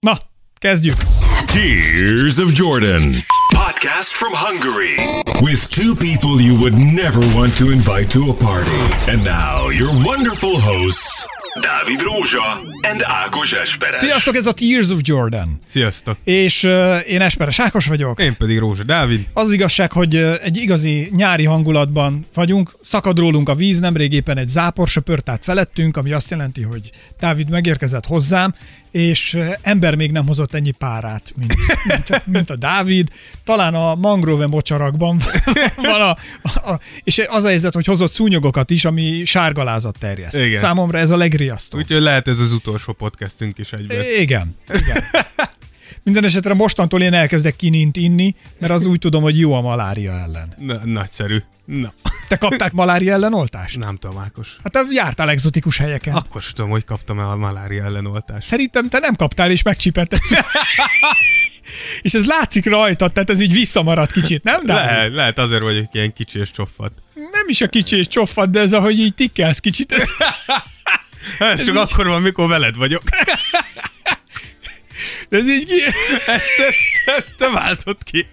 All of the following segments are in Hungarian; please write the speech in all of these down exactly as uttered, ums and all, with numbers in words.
Na, kezdjük! Tears of Jordan. Podcast from Hungary. With two people you would never want to invite to a party. And now your wonderful hosts, Dávid Rózsa and Ákos Esperes. Sziasztok, ez a Tears of Jordan. Sziasztok. És uh, én Esperes Ákos vagyok. Én pedig Rózsa Dávid. Az igazság, hogy uh, egy igazi nyári hangulatban vagyunk. Szakad rólunk a víz, nemrég éppen egy zápor söpört át felettünk, ami azt jelenti, hogy Dávid megérkezett hozzám, és uh, ember még nem hozott ennyi párát, mint, mint, mint a Dávid. Talán a mangrove mocsarakban van a, a, a... És az a helyzet, hogy hozott szúnyogokat is, ami sárgalázat terjeszt. Igen. Számomra ez a legriasztóbb. Úgyhogy lehet ez az utolsó podcastünk is egyben. Igen, igen. Minden esetre mostantól én elkezdek kinint inni, mert az úgy tudom, hogy jó a malária ellen. Na, nagyszerű. Na. Te kapták malária ellen oltást? Nem tudom, Ákos. Hát te jártál egzotikus helyeken. Akkor sem tudom, hogy kaptam el a malária ellen oltást. Szerintem te nem kaptál, és megcsipetted. És ez látszik rajtad, tehát ez így visszamaradt kicsit, nem? Le, lehet azért vagyok ilyen kicsi és csoffadt. Nem is a kicsi és csoffadt, de ez ahogy így tikkelsz kicsit. Ez, ez csak így... akkor van, mikor veled vagyok. Ez így ki... Ezt, ezt, ezt te váltod ki.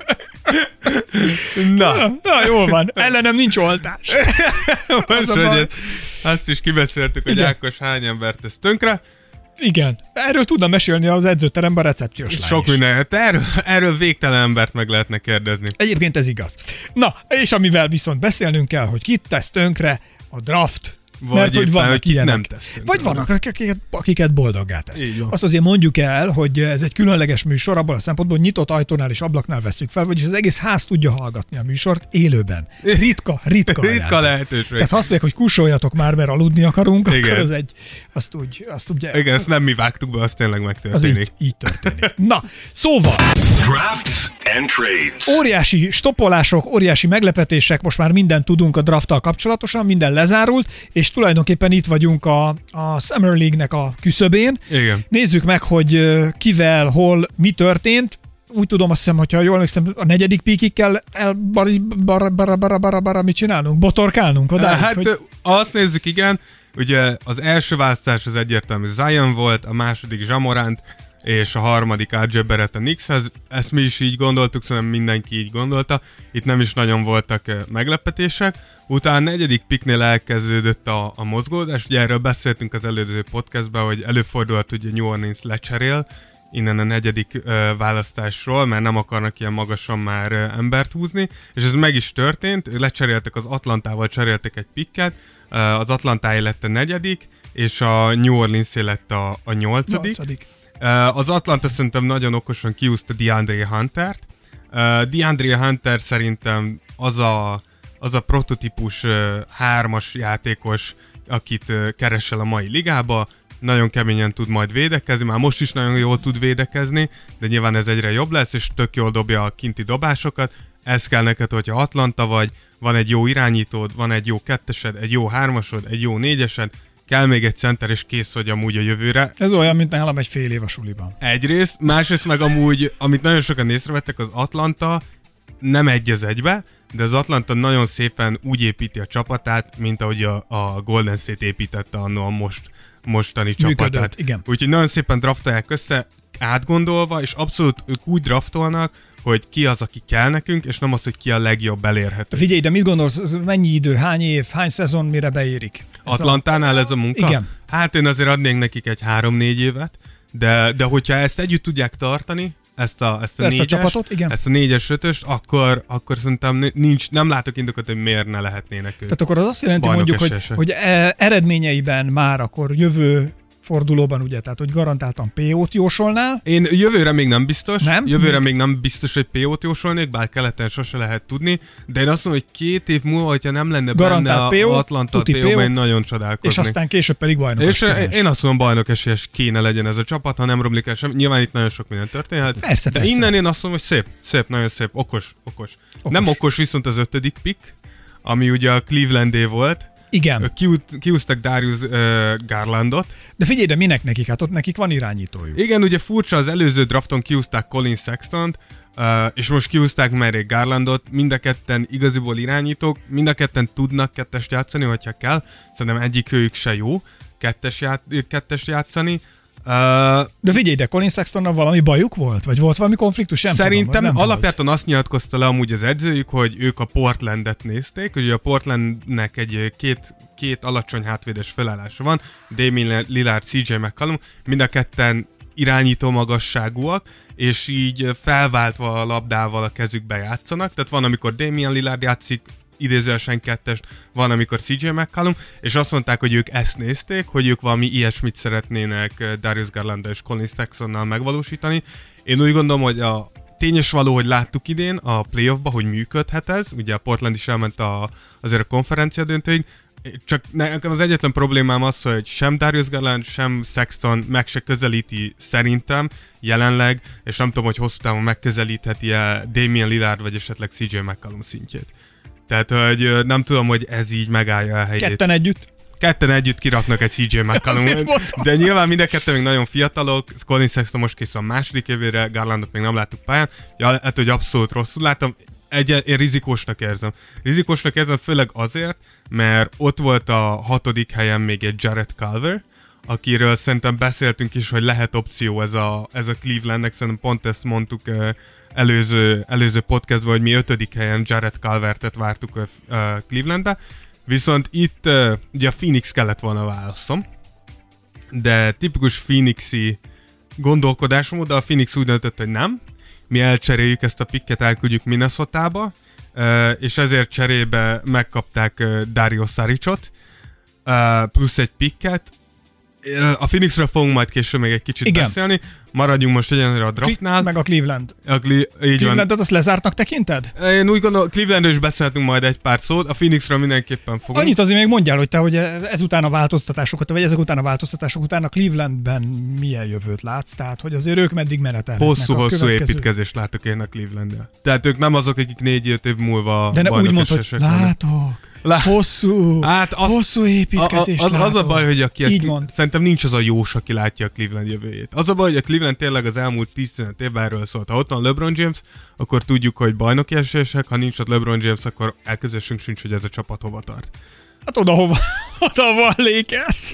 Na. Na, na jól van. Ellenem nincs oltás. Most, hogy azt is kibeszéltük, hogy Ákos hány embert tesz tönkre. Igen. Erről tudna mesélni az edzőteremben a recepciós lány. Sok minden. Hát erről, erről végtelen embert meg lehetne kérdezni. Egyébként ez igaz. Na, és amivel viszont beszélnünk kell, hogy kit tesz tönkre a draft. Vagy mert hogy vannak hogy ilyenek. Nem tesztünk. Vagy vannak, akiket, akiket boldoggá tesz. Így van. Azt azért mondjuk el, hogy ez egy különleges műsor, abban a szempontból, hogy nyitott ajtónál és ablaknál veszük fel, vagyis az egész ház tudja hallgatni a műsort élőben. Ritka, ritka Ritka lehetőség. Tehát ha azt mondják, hogy kussoljatok már, mert aludni akarunk, igen. akkor az egy, azt úgy, azt ugye... Igen, ezt nem mi vágtuk be, az tényleg megtörténik. Az így, így történik. Na, szóval... Drafts and trades. Óriási stoppolások, óriási meglepetések, most már mindent tudunk a drafttal kapcsolatosan, minden lezárult, és tulajdonképpen itt vagyunk a, a Summer League-nek a küszöbén. Igen. Nézzük meg, hogy kivel, hol, mi történt. Úgy tudom, azt hiszem, hogyha jól emlékszem, a negyedik píkig kell el bara, bara, bara, bara, bara, mit csinálnunk? Botorkálnunk odáig? Hát hogy... azt nézzük, igen. Ugye az első választás az egyértelmű Zion volt, a második Ja Morant, és a harmadik er jé Barrett a Knickshez. Ezt mi is így gondoltuk, szerintem mindenki így gondolta. Itt nem is nagyon voltak meglepetések. Utána a negyedik picknél elkezdődött a, a mozgódás. Ugye erről beszéltünk az előző podcastben, hogy előfordulhat, hogy New Orleans lecserél innen a negyedik ö, választásról, mert nem akarnak ilyen magasan már ö, embert húzni, és ez meg is történt. Lecseréltek az Atlantával, cseréltek egy picket, ö, az Atlantáé lett a negyedik, és a New Orleansé lett a, a nyolcadik. nyolcadik. Az Atlanta szerintem nagyon okosan kiúzta DeAndre Huntert. DeAndre Hunter szerintem az a, az a prototípus hármas játékos, akit keresel a mai ligába. Nagyon keményen tud majd védekezni, már most is nagyon jól tud védekezni, de nyilván ez egyre jobb lesz, és tök jól dobja a kinti dobásokat. Ez kell neked, hogyha Atlanta vagy, van egy jó irányítód, van egy jó kettesed, egy jó hármasod, egy jó négyesed, kell még egy center, és kész vagy amúgy a jövőre. Ez olyan, mint nálam egy fél év a suliban. Egyrészt, másrészt meg amúgy, amit nagyon sokan észrevettek, az Atlanta nem egy az egybe, de az Atlanta nagyon szépen úgy építi a csapatát, mint ahogy a, a Golden State építette annó a most, mostani Működött, csapatát. igen. Úgyhogy nagyon szépen draftolják össze, átgondolva, és abszolút ők úgy draftolnak, hogy ki az, aki kell nekünk, és nem az, hogy ki a legjobb elérhető. Figyelj, de mit gondolsz, mennyi idő, hány év, hány szezon, mire beérik? Ez Atlantánál ez a munka? Igen. Hát én azért adnék nekik egy három-négy évet, de, de hogyha ezt együtt tudják tartani, ezt a, ezt a, ezt négyes, a csapatot, igen. ezt a négyes, ötöst, akkor, akkor szerintem nincs, nem látok indokot, hogy miért ne lehetnének ők. Tehát akkor az azt jelenti, mondjuk, hogy, hogy eredményeiben már akkor jövő fordulóban, ugye, tehát hogy garantáltan pé ó-t jósolnál. Én jövőre még nem biztos, nem? jövőre még nem biztos, hogy pé ó-t jósolnék, bár keleten sose lehet tudni, de én azt mondom, hogy két év múlva, hogyha nem lenne garantált benne pé ó, a Atlanta pé ó-ban, én nagyon csodálkoznék. És aztán később pedig bajnok. És én azt mondom, bajnok esélyes kéne legyen ez a csapat, ha nem romlik el sem. Nyilván itt nagyon sok minden történhet. Persze, de persze. innen én azt mondom, hogy szép, szép, nagyon szép, okos, okos. okos. Nem okos viszont az ötödik pick, ami ugye a Clevelandé volt. Igen. Kiúztak Darius uh, Garlandot. De figyelj, de minek nekik? Hát ott nekik van irányítójuk. Igen, ugye furcsa, az előző drafton kiúzták Colin Sextont, uh, és most kiúzták Merrick Garlandot, mind a ketten igaziból irányítók, mind a ketten tudnak kettest játszani, hogyha kell. Szerintem egyik őjük se jó kettes, ját, kettest játszani. Uh, de figyelj, de Colin Sextonnal valami bajuk volt? Vagy volt valami konfliktus? Nem szerintem tudom, nem alapjáton azt nyilatkozta le amúgy az edzőjük, hogy ők a Portlandet nézték, ugye a Portlandnek egy két, két alacsony hátvédes felállása van, Damian Lillard, cé jé McCollum, mind a ketten irányító magasságúak, és így felváltva a labdával a kezükbe játszanak, tehát van, amikor Damian Lillard játszik, idézősen kettest, van, amikor cé jé McCollum, és azt mondták, hogy ők ezt nézték, hogy ők valami ilyesmit szeretnének Darius Garland és Colin Sextonnal megvalósítani. Én úgy gondolom, hogy a tényes való, hogy láttuk idén a playoffba, hogy működhet ez, ugye a Portland is elment a, azért a konferencia döntőig, csak nekem az egyetlen problémám az, hogy sem Darius Garland, sem Sexton meg se közelíti szerintem jelenleg, és nem tudom, hogy hosszú távon megközelítheti-e Damian Lillard vagy esetleg cé jé McCollum szintjét. Tehát, hogy nem tudom, hogy ez így megállja a helyét. Ketten együtt? Ketten együtt kiraknak egy cé jé McCollum, de nyilván mind a ketten még nagyon fiatalok, Colin Sexton most kész a második évére, Garlandot még nem láttuk pályán, hát, hogy abszolút rosszul látom, egy, én rizikósnak érzem. Rizikósnak érzem főleg azért, mert ott volt a hatodik helyen még egy Jared Culver, akiről szerintem beszéltünk is, hogy lehet opció ez a, ez a Clevelandnek, szerintem pont ezt mondtuk uh, előző, előző podcastban, hogy mi ötödik helyen Jared Culvertet vártuk uh, Clevelandbe, viszont itt uh, ugye a Phoenix kellett volna válaszom, de tipikus Phoenixi gondolkodásmód, de a Phoenix úgy döntött, hogy nem, mi elcseréljük ezt a picket, elküldjük Minnesotába, uh, és ezért cserébe megkapták uh, Dario Saricot, uh, plusz egy picket. A Phoenixről fogunk majd később még egy kicsit Igen. beszélni. Maradjunk most egyenlőre a draftnál. Meg a Cleveland. A Cle- Clevelandet azt lezártnak tekinted? Én úgy gondolom, Clevelandről is beszélhetünk majd egy pár szót, a Phoenixről mindenképpen fogunk. Annyit azért még mondjál, hogy te, hogy ezután a változtatásokat, vagy ezek után a változtatások után a Clevelandben milyen jövőt látsz? Tehát, hogy azért ők meddig menetelhetnek. Hosszú-hosszú következő... építkezést látok én a Clevelandel. Tehát ők nem azok, akik négy-öt év múlva De ne úgy mondd, hogy látok. Lá... Hosszú, hát az, hosszú építkezést az, az, az a baj, hogy aki Így a, szerintem nincs az a jós, aki látja a Cleveland jövőjét. Az a baj, hogy a Cleveland tényleg az elmúlt tíz-tizenöt évben erről szólt. Ha ott van LeBron James, akkor tudjuk, hogy bajnoki esélyesek, ha nincs ott LeBron James, akkor elképzelésünk sincs, hogy ez a csapat hova tart. Hát oda hova, oda van Lakers.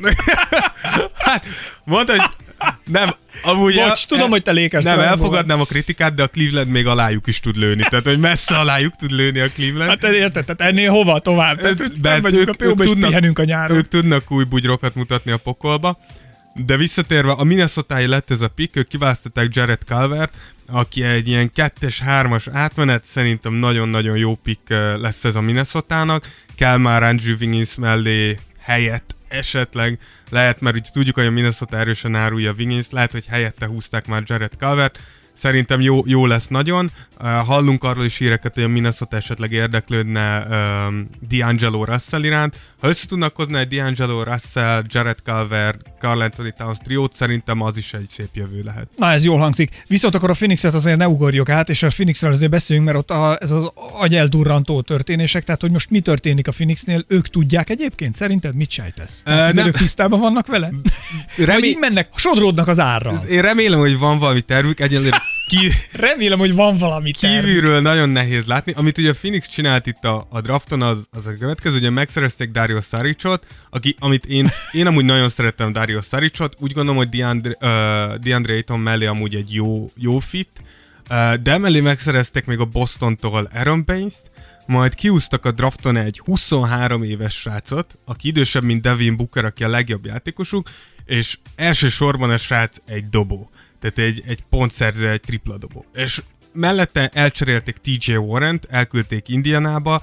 Hát mondta, hogy nem, amúgy... Bocs, el, tudom, el, hogy te Lakers. Nem, elfogadnám a kritikát, de a Cleveland még alájuk is tud lőni. Tehát, hogy messze alájuk tud lőni a Cleveland. Hát érted, tehát ennél hova tovább? Tehát, Bent, vagyunk ők, a pióba, és tudnak, pihenünk a nyáron. Ők tudnak új bugyrokat mutatni a pokolba. De visszatérve, a Minnesota-i lett ez a pick, ők kiválasztották Jared Culvert, aki egy ilyen kettes-hármas átmenet, szerintem nagyon-nagyon jó pick lesz ez a Minnesotának. Kell már Andrew Wiggins mellé helyett esetleg lehet, mert úgy tudjuk, hogy a Minnesota erősen árulja Wiggins, lehet, hogy helyette húzták már Jared Culvert. Szerintem jó, jó lesz nagyon. Uh, hallunk arról is híreket, hogy a Minnesota esetleg érdeklődne um, D'Angelo Russell iránt. Ha össze tudnak hozni egy D'Angelo Russell, Jared Culver, Karl Anthony Towns triót, szerintem az is egy szép jövő lehet. Na, ez jól hangzik. Viszont akkor a Phoenixet azért ne ugorjuk át, és a Phoenixről azért beszéljünk, mert ott a, ez az agyeldurrantó történések, tehát hogy most mi történik a Phoenixnél, ők tudják egyébként? Szerinted mit sejtesz? Uh, nem. Ők tisztában vannak vele? Remé... Vagy így mennek, sodródnak az árra. Én remélem, hogy van valami tervük, egyelőre ki... Remélem, hogy van valami terv. Kívülről nagyon nehéz látni. Amit ugye a Phoenix csinált itt a, a drafton, az, az a következő, ugye megszerezték Dario Saricot, aki, amit én, én amúgy nagyon szerettem Dario Saricot, úgy gondolom, hogy DeAndre, uh, DeAndre Ayton mellé amúgy egy jó, jó fit, uh, de mellé megszerezték még a Bostontól Aaron Baines-t, majd kiúztak a drafton egy huszonhárom éves srácot, aki idősebb, mint Devin Booker, aki a legjobb játékosuk, és elsősorban a srác egy dobó. Tehát egy, egy pontszerző, egy tripla dobó. És mellette elcserélték té jé Warrent, elküldték Indianába.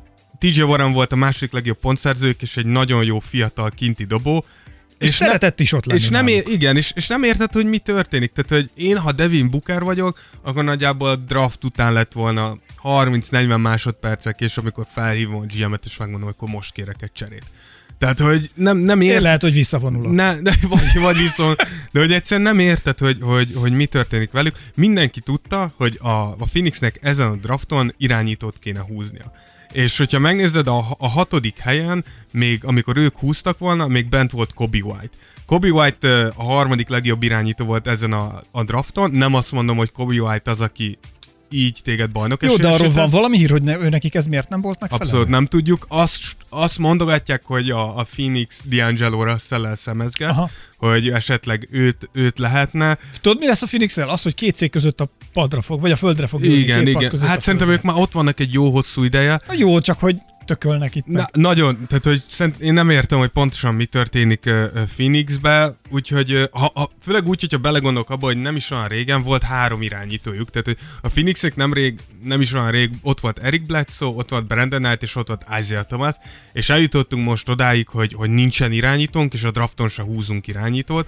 té jé Warren volt a második legjobb pontszerzők, és egy nagyon jó fiatal kinti dobó. És, és szeretett is ott lenni. És nem ér, igen, és, és nem érted, hogy mi történik. Tehát, hogy én, ha Devin Booker vagyok, akkor nagyjából a draft után lett volna harminc-negyven másodpercek, és amikor felhívom a gé em-et, és megmondom, hogy akkor most kérek egy cserét. Tehát, hogy nem, nem érted. Lehet, hogy visszavonulok. Ne, ne, vagy, vagy viszont, de hogy egyszerűen nem érted, hogy, hogy, hogy mi történik velük. Mindenki tudta, hogy a, a Phoenixnek ezen a drafton irányítót kéne húznia. És hogyha megnézed a, a hatodik helyen, még amikor ők húztak volna, még bent volt Coby White. Coby White a harmadik legjobb irányító volt ezen a, a drafton. Nem azt mondom, hogy Coby White az, aki így téged bajnok Jó, de arról van valami hír, hogy ne, ő nekik ez miért nem volt megfelelő? Abszolút nem tudjuk. Azt, azt mondogatják, hogy a, a Phoenix D'Angelo Russell-el szemezget, Aha. hogy esetleg őt, őt lehetne. Tudod, mi lesz a Phoenix-el? Az, hogy két cég között a padra fog, vagy a földre fog ülni. Igen, igen. Hát szerintem ők már ott vannak egy jó hosszú ideje. Na jó, csak hogy tökölnek itt meg. Na, nagyon, tehát hogy szerint, én nem értem, hogy pontosan mi történik uh, Phoenixbe, úgyhogy uh, ha, ha, főleg úgy, hogyha belegondolok abba, hogy nem is olyan régen volt három irányítójuk, tehát hogy a Phoenixnek nem, rég, nem is olyan rég, ott volt Eric Bledsoe, ott volt Brandon Knight, és ott volt Isaiah Thomas, és eljutottunk most odáig, hogy, hogy nincsen irányítónk, és a drafton se húzunk irányítót.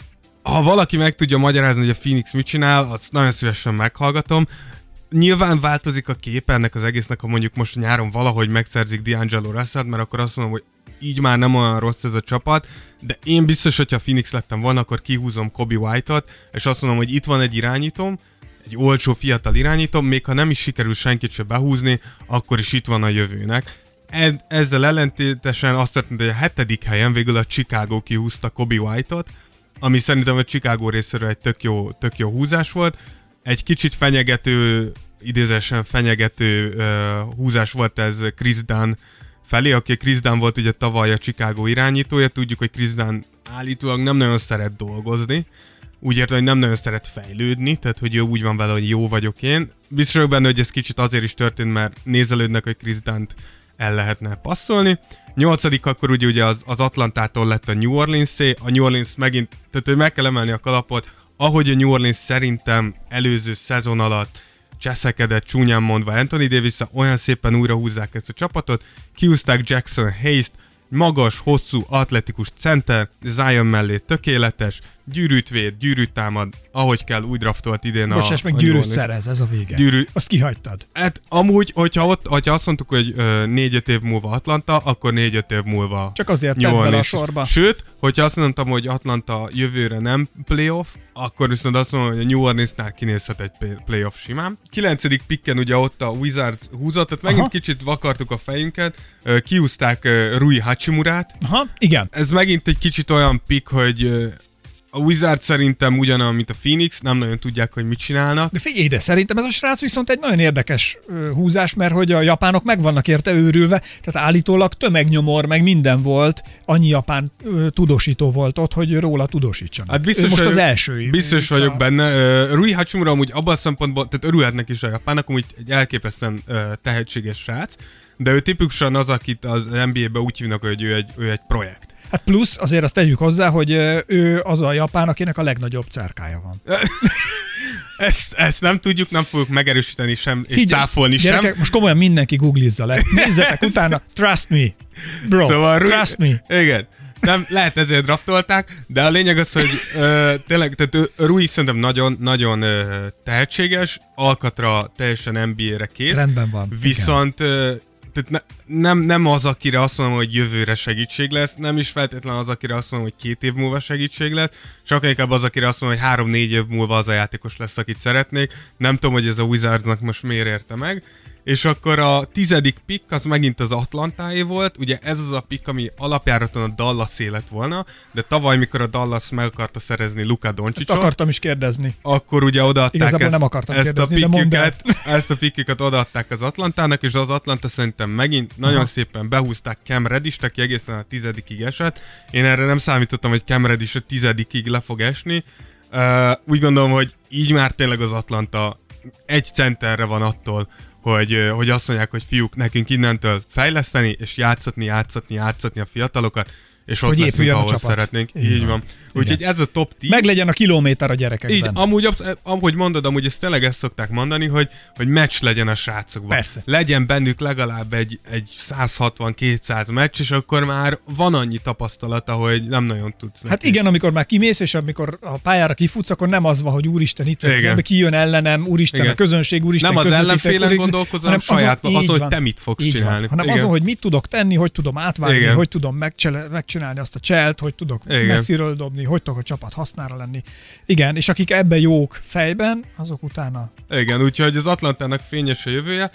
Ha valaki meg tudja magyarázni, hogy a Phoenix mit csinál, azt nagyon szívesen meghallgatom. Nyilván változik a kép ennek az egésznek, ha mondjuk most nyáron valahogy megszerzik D'Angelo Russell-t, mert akkor azt mondom, hogy így már nem olyan rossz ez a csapat, de én biztos, hogyha Phoenix lettem volna, akkor kihúzom Coby White-ot, és azt mondom, hogy itt van egy irányítóm, egy olcsó fiatal irányítóm, még ha nem is sikerül senkit se behúzni, akkor is itt van a jövőnek. Ezzel ellentétesen azt történt, hogy a hetedik helyen végül a Chicago kihúzta Coby White-ot, ami szerintem a Chicago részéről egy tök jó, tök jó húzás volt. Egy kicsit fenyegető, idézésen fenyegető uh, húzás volt ez Chris Dunn felé, aki Chris Dunn volt ugye tavaly a Chicago irányítója. Tudjuk, hogy Chris Dunn állítólag nem nagyon szeret dolgozni. Úgy értem, hogy nem nagyon szeret fejlődni, tehát hogy ő úgy van vele, hogy jó vagyok én. Biztos vagyok benne, hogy ez kicsit azért is történt, mert nézelődnek, hogy Chris Dunn-t el lehetne passzolni. Nyolcadik akkor ugye, ugye az, az Atlantától lett a New Orleans-é. A New Orleans megint, tehát hogy meg kell emelni a kalapot, ahogy a New Orleans szerintem előző szezon alatt cseszekedett, csúnyán mondva Anthony Davis-a, olyan szépen újra húzzák ezt a csapatot. Kihúzták Jackson Hayes-t, magas, hosszú, atletikus center, Zion mellé tökéletes, gyűrűt véd, gyűrűt támad, ahogy kell, úgy draftolt idén a... Bocsás, meg gyűrűt szerez, ez a vége. Gyűrű... Azt kihagytad. Hát amúgy, hogyha, ott, hogyha azt mondtuk, hogy négy-öt év múlva Atlanta, akkor négy-öt év múlva csak azért tedd bele a sorba. Sőt, hogyha azt mondtam, hogy Atlanta jövőre nem playoff, akkor viszont azt mondom, hogy a New Orleansnál kinézhet egy playoff simán. Kilencedik picken ugye ott a Wizards húzott, tehát megint Aha. kicsit vakartuk a fejünket, kihúzták Rui Hachimurát. Aha, igen. Ez megint egy kicsit olyan pick, hogy a Wizards szerintem ugyanolyan, mint a Phoenix, nem nagyon tudják, hogy mit csinálnak. De figyelj ide, szerintem ez a srác viszont egy nagyon érdekes uh, húzás, mert hogy a japánok meg vannak érte őrülve, tehát állítólag tömegnyomor, meg minden volt, annyi japán uh, tudósító volt ott, hogy róla tudósítsanak. Hát biztos, most vagyok, az első. Biztos vagyok a... benne. Uh, Rui Hachimura amúgy abban a szempontból, tehát örülhetnek is a japánok, amúgy egy elképesztően uh, tehetséges srác, de ő tipikusan az, akit az en bé á-ben úgy hívnak, hogy ő egy, ő egy projekt. Hát plusz azért azt tegyük hozzá, hogy ő az a japán, akinek a legnagyobb cerkája van. Ezt, ezt nem tudjuk, nem fogjuk megerősíteni sem, és Higy, cáfolni gyerekek, sem. Most komolyan mindenki googlizza le. Nézzetek utána, trust me, bro, szóval, trust Rui, me. Igen. Nem, lehet ezért draftolták, de a lényeg az, hogy ö, tényleg, tehát Rui szerintem nagyon, nagyon ö, tehetséges, Alcatra teljesen en bé á-re kész. Rendben van. Viszont ö, tehát ne, nem, nem az, akire azt mondom, hogy jövőre segítség lesz, nem is feltétlenül az, akire azt mondom, hogy két év múlva segítség lesz, sokkal inkább az, akire azt mondom, hogy három-négy év múlva az a játékos lesz, akit szeretnék. Nem tudom, hogy ez a Wizardsnak most miért érte meg. És akkor a tizedik pick az megint az Atlantáé volt, ugye ez az a pick, ami alapjáraton a Dallas-é lett volna, de tavaly, mikor a Dallas meg akarta szerezni Luka Doncsicsot. Ezt akartam is kérdezni. Akkor ugye odaadták ezt, nem akartam ezt, kérdezni, a picküket, ezt a picküket odaadták az Atlantának, és az Atlanta szerintem megint nagyon Aha. szépen behúzták Cam Reddish-t, aki egészen a tizedikig esett. Én erre nem számítottam, hogy Cam Reddish a tizedikig le fog esni. Uh, úgy gondolom, hogy így már tényleg az Atlanta egy centerre van attól, hogy, hogy azt mondják, hogy fiúk, nekünk innentől fejleszteni, és játszatni, játszatni, játszatni a fiatalokat, és ott hogy leszünk, ahol szeretnénk. Így, így van. Úgyhogy ez a top tíz. Meg legyen a kilométer a gyerekekben. Így, amúgy, amúgy mondod, amúgy ezt tényleg ezt szokták mondani, hogy, hogy meccs legyen a srácokban. Persze. Legyen bennük legalább egy, egy száz hatvan-kétszáz meccs, és akkor már van annyi tapasztalata, hogy nem nagyon tudsz. Hát neki. Igen, amikor már kimész, és amikor a pályára kifutsz, akkor nem az van, hogy úristen, itt van, kijön ellenem, úristen, igen. a közönség, úristen, nem az ellenfélen gondolkozom, hanem saját, azon, azon, hogy te mit fogsz csinálni. Van, hanem igen. azon, hogy mit tudok tenni, hogy tudom átvágni, igen. hogy tudom megcsinálni azt a cselt, hogy tudok igen. messziről dobni, hogy tudok a csapat hasznára lenni. Igen, és akik ebben jók fejben, azok utána... Igen, úgyhogy az Atlantának fényes a jövője.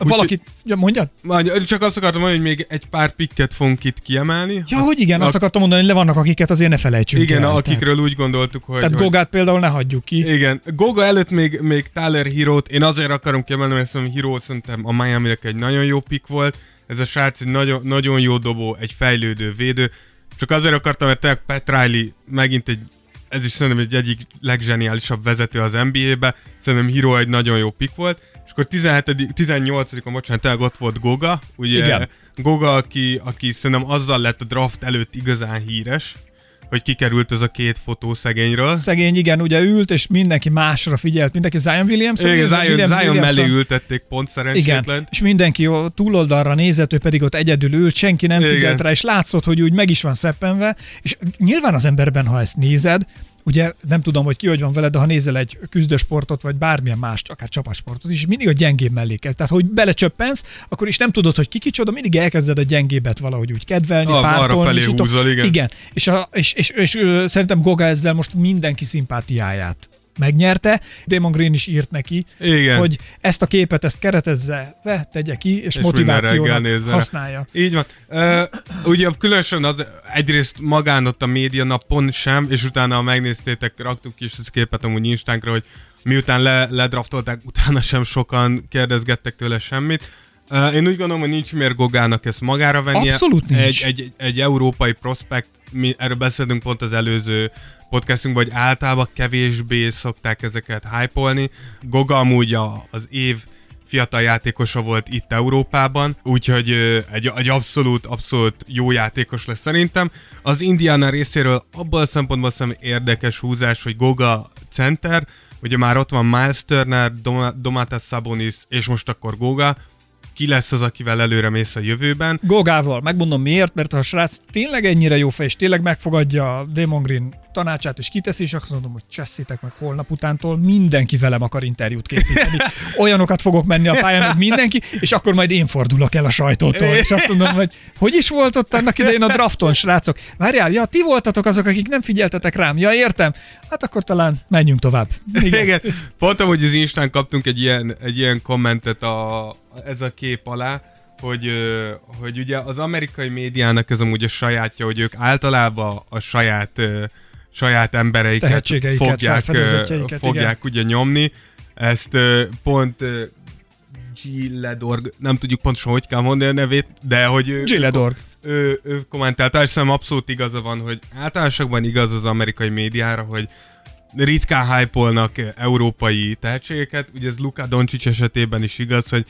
Valakit, ja, mondjad? Csak azt akartam mondani, hogy még egy pár pikket fogunk itt kiemelni. Ja, hogy igen, a... azt akartam mondani, hogy le vannak, akiket azért ne felejtsünk igen, el. Igen, akikről tehát, úgy gondoltuk, hogy... Tehát hogy... Gogát például ne hagyjuk ki. Igen, Goga előtt még, még Tyler Herrót, én azért akarom kiemelni, mert szerintem Herró szerintem a Miami-nek egy nagyon jó pick volt. Ez a srác egy nagyon, nagyon jó dobó, egy fejlődő védő. Csak azért akartam, mert tényleg Pat Riley megint egy, ez is szerintem egy egyik legzseniálisabb vezető az en bé á-be. Szerintem Herró egy nagyon jó pick volt. És akkor tizenhetedik tizennyolcadikon bocsánat, tényleg ott volt Goga. Ugye igen. Goga, aki, aki szerintem azzal lett a draft előtt igazán híres, hogy kikerült az a két fotó szegényről. Szegény, igen, ugye ült, és mindenki másra figyelt, mindenki Zion Williamson. Igen, Zion, Williams, Zion Williamson. mellé ültették pont szerencsétlen. Igen, és mindenki túloldalra nézett, ő pedig ott egyedül ült, senki nem figyelt igen. rá, és látszott, hogy úgy meg is van szeppenve, és nyilván az emberben, ha ezt nézed, ugye nem tudom, hogy ki hogy van veled, de ha nézel egy küzdősportot, vagy bármilyen mást, akár csapatsportot is, mindig a gyengébb mellé kezd. Tehát, hogy belecsöppensz, akkor is nem tudod, hogy ki kicsoda, mindig elkezded a gyengébet valahogy úgy kedvelni, ah, pártolni. Arra felé húzol, igen. Igen, és, a, és, és, és, és szerintem Goga ezzel most mindenki szimpátiáját megnyerte. Damon Green is írt neki, igen. hogy ezt a képet, ezt keretezze, ve, tegye ki, és, és motivációnak használja. Így van. Uh, ugye különösen az egyrészt magán ott a média napon sem, és utána, ha megnéztétek, raktuk is ezt a képet amúgy Instánkra, hogy miután le, ledraftolták, utána sem sokan kérdezgettek tőle semmit. Uh, én úgy gondolom, hogy nincs miért Gogának ezt magára vennie. Abszolút nincs. Egy, egy, egy európai prospekt, mi erről beszélünk pont az előző podcastunkban, hogy általában kevésbé szokták ezeket hype-olni. Goga amúgy a, az év fiatal játékosa volt itt Európában, úgyhogy egy, egy abszolút, abszolút jó játékos lesz szerintem. Az Indiana részéről abban a szempontból szerintem érdekes húzás, hogy Goga center, ugye már ott van Miles Turner, Dom- Domantas Sabonis, és most akkor Goga. Ki lesz az, akivel előre mész a jövőben? Gogával. Megmondom miért, mert ha a srác tényleg ennyire jó fej, és tényleg megfogadja a Damon Green tanácsát, és kiteszi, és azt mondom, hogy cseszítek meg holnap utántól, mindenki velem akar interjút készíteni. Olyanokat fogok menni a pályán, hogy mindenki, és akkor majd én fordulok el a sajtótól, és azt mondom, hogy hogy is volt ott annak idején a drafton, srácok? Várjál, ja, ti voltatok azok, akik nem figyeltetek rám. Ja, értem. Hát akkor talán menjünk tovább. Igen. Igen. Pont amúgy az Instán kaptunk egy ilyen, egy ilyen kommentet a, ez a kép alá, hogy, hogy ugye az amerikai médiának ez amúgy a sajátja, hogy ők általában a saját saját embereiket fogják, fogják ugye nyomni. Ezt pont G. Ledorg, nem tudjuk pontosan, hogy kell mondani a nevét, de hogy ő, G. Ledorg. Ő, ő kommentálta, és szerintem abszolút igaza van, hogy általánosakban igaz az amerikai médiára, hogy ritkán hype-olnak európai tehetségeket. Ugye ez Luka Doncic esetében is igaz, hogy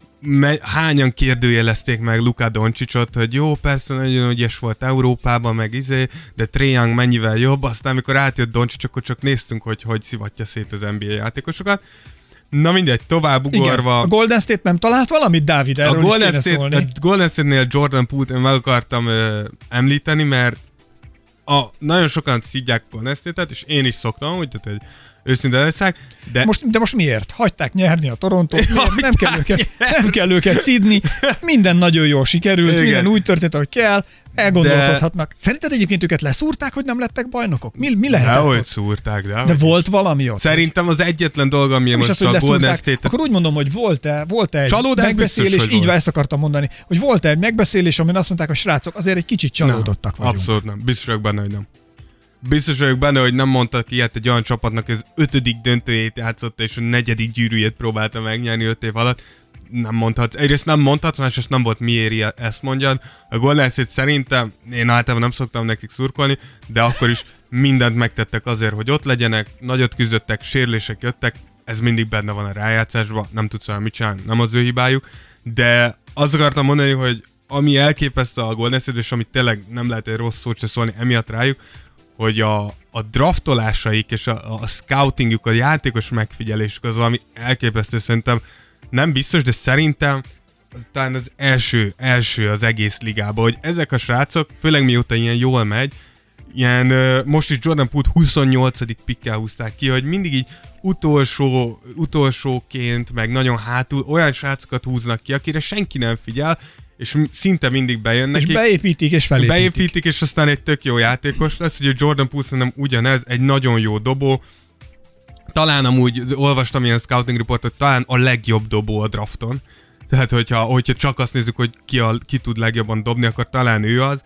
me- hányan kérdőjelezték meg Luka Doncicot, hogy jó, persze nagyon ügyes volt Európában, meg izé, de Trae Young mennyivel jobb, aztán amikor átjött Doncic, akkor csak néztünk, hogy hogy szivatja szét az en bé á játékosokat. Na mindegy, tovább ugorva. Igen. A Golden State nem talált valamit, Dávid? Erről a Golden is kéne State, szólni. A Golden State-nél Jordan Poole-t én meg akartam ö, említeni, mert a, nagyon sokan szidják Golden State-et, és én is szoktam, úgy, tehát egy őszinte leszek, de... Most, de most miért? Hagyták nyerni a Torontót, nem kell, őket, nem kell őket szidni, minden nagyon jól sikerült, igen. Minden úgy történt, ahogy kell, elgondolkodhatnak. De... Szerinted egyébként őket leszúrták, hogy nem lettek bajnokok? Mi, mi lehetett? Dehogy szúrták, de De volt is. Valami ott? Szerintem az egyetlen dolga, ami most az, a Golden State-et... Akkor úgy mondom, hogy volt-e, volt-e egy csalódás megbeszélés, biztos, így volt. ezt akartam mondani, hogy volt-e egy megbeszélés, amin azt mondták, a srácok, azért egy kicsit csalódottak nem, vagyunk. Abszolút nem. Biztos vagyok benne, hogy nem. Biztos vagyok benne, hogy nem mondtak ilyet egy olyan csapatnak, hogy az ötödik döntőjét játszotta, és a negyedik gyűrűjét próbálta megnyerni öt év alatt. Nem mondhatsz. Egyrészt nem mondhatsz, másrészt nem volt miért ezt mondjad. A Golden State szerintem, én általában nem szoktam nekik szurkolni, de akkor is mindent megtettek azért, hogy ott legyenek, nagyot küzdöttek, sérülések jöttek, ez mindig benne van a rájátszásban, nem tudsz olyan mit csinálni, nem az ő hibájuk, de azt akartam mondani, hogy ami elképesztő a Golden State, és amit tényleg nem lehet egy rossz szót se szólni emiatt rájuk, hogy a, a draftolásaik és a, a scoutingjuk, a játékos megfigyelésük az valami elképesztő, szerintem nem biztos, de szerintem talán az első, első az egész ligában, hogy ezek a srácok, főleg mióta ilyen jól megy, ilyen, most is Jordan Poole huszonnyolcadik pikkel húzták ki, hogy mindig így utolsó, utolsóként, meg nagyon hátul olyan srácokat húznak ki, akire senki nem figyel, és szinte mindig bejön nekik. És beépítik, és felépítik. Beépítik, és aztán egy tök jó játékos lesz. Ugye Jordan Poole szerintem ugyanez, egy nagyon jó dobó. Talán amúgy olvastam ilyen scouting reportot, talán a legjobb dobó a drafton. Tehát, hogyha, hogyha csak azt nézzük, hogy ki, a, ki tud legjobban dobni, akkor talán ő az.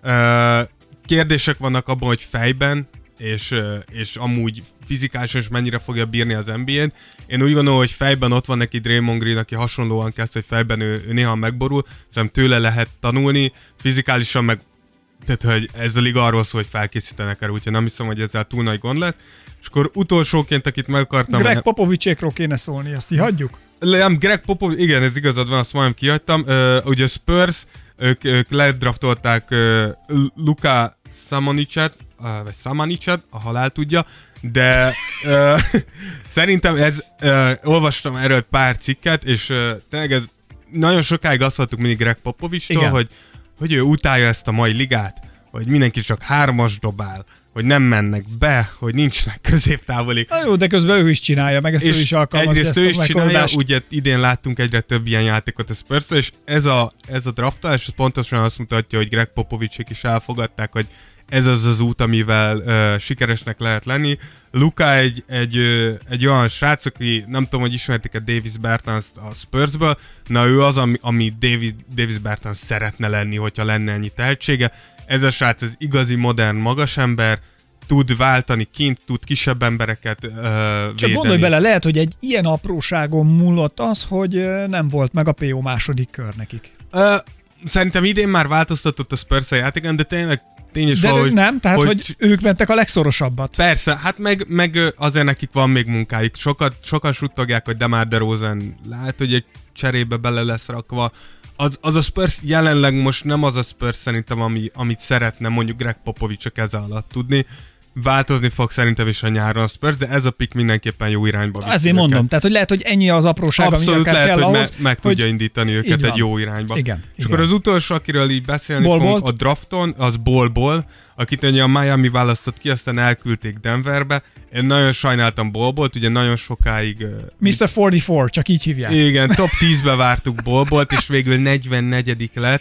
Kérdések vannak abban, hogy fejben, és, és amúgy fizikálisan is mennyire fogja bírni az en bé á-t. Én úgy gondolom, hogy fejben ott van neki Draymond Green, aki hasonlóan kezd, hogy fejben ő, ő néha megborul, szerintem tőle lehet tanulni, fizikálisan meg, tehát hogy ez a liga arról szól, hogy felkészítenek erre, úgyhogy nem hiszem, hogy ezzel túl nagy gond lesz. És akkor utolsóként, akit meg akartam... Greg Popovicsékról kéne szólni, azt így hagyjuk? Nem, Greg Popovics, igen, ez igazad van, azt majdnem kihagytam. Uh, ugye Spurs, ők, ők ledraftolták uh, Luka Samonicet, uh, vagy Samanicet, a halál tudja, de uh, szerintem ez, uh, olvastam erről pár cikket, és uh, tényleg ez nagyon sokáig azt hallottuk mindig Greg Popovicstól, hogy, hogy ő utálja ezt a mai ligát, hogy mindenki csak hármas dobál, hogy nem mennek be, hogy nincsenek középtávoli. Na jó, de közben ő is csinálja, meg ezt és ő is alkalmazza. Egyrészt ő is csinálja, ugye idén láttunk egyre több ilyen játékot a spurs, és ez a, ez a draftolás pontosan azt mutatja, hogy Greg Popovicsék is elfogadták, hogy ez az az út, amivel uh, sikeresnek lehet lenni. Luka egy, egy, uh, egy olyan srác, aki nem tudom, hogy ismerték-e Davis Bertans a Spursből, na ő az, ami, ami Davis, Davis Bertans szeretne lenni, hogyha lenne ennyi tehetsége. Ez a srác, ez igazi, modern, magas ember, tud váltani kint, tud kisebb embereket uh, védeni. Csak gondolj bele, lehet, hogy egy ilyen apróságon múlott az, hogy uh, nem volt meg a pé o második kör nekik. Uh, szerintem idén már változtatott a Spurs a játékon, de tényleg tényleg de valahogy, nem, tehát hogy, hogy ők mentek a legszorosabbat. Persze, hát meg, meg azért nekik van még munkájuk. Sokat, sokan suttogják, hogy DeMar DeRozan lehet, hogy egy cserébe bele lesz rakva. Az, az a Spurs jelenleg most nem az a Spurs szerintem, ami, amit szeretne mondjuk Greg Popovich a keze alatt tudni. Változni fog szerintem is a nyáron a Spurs, de ez a pick mindenképpen jó irányba viszi. Ezért mondom, őket. Tehát hogy lehet, hogy ennyi az apróság, ami abszolút lehet, kell hogy ahhoz, me- meg tudja indítani őket egy jó irányba. Igen, és igen. akkor az utolsó, akiről így beszélni Bol-bol. fogunk a drafton, az Bol-bol, akit ugye a Miami választott ki, aztán elküldték Denverbe. Én nagyon sajnáltam Bol-bolt, ugye nagyon sokáig... miszter negyvennégy, csak így hívják. Igen, top tízbe vártuk Bol-bolt, és végül negyvennegyedik lett.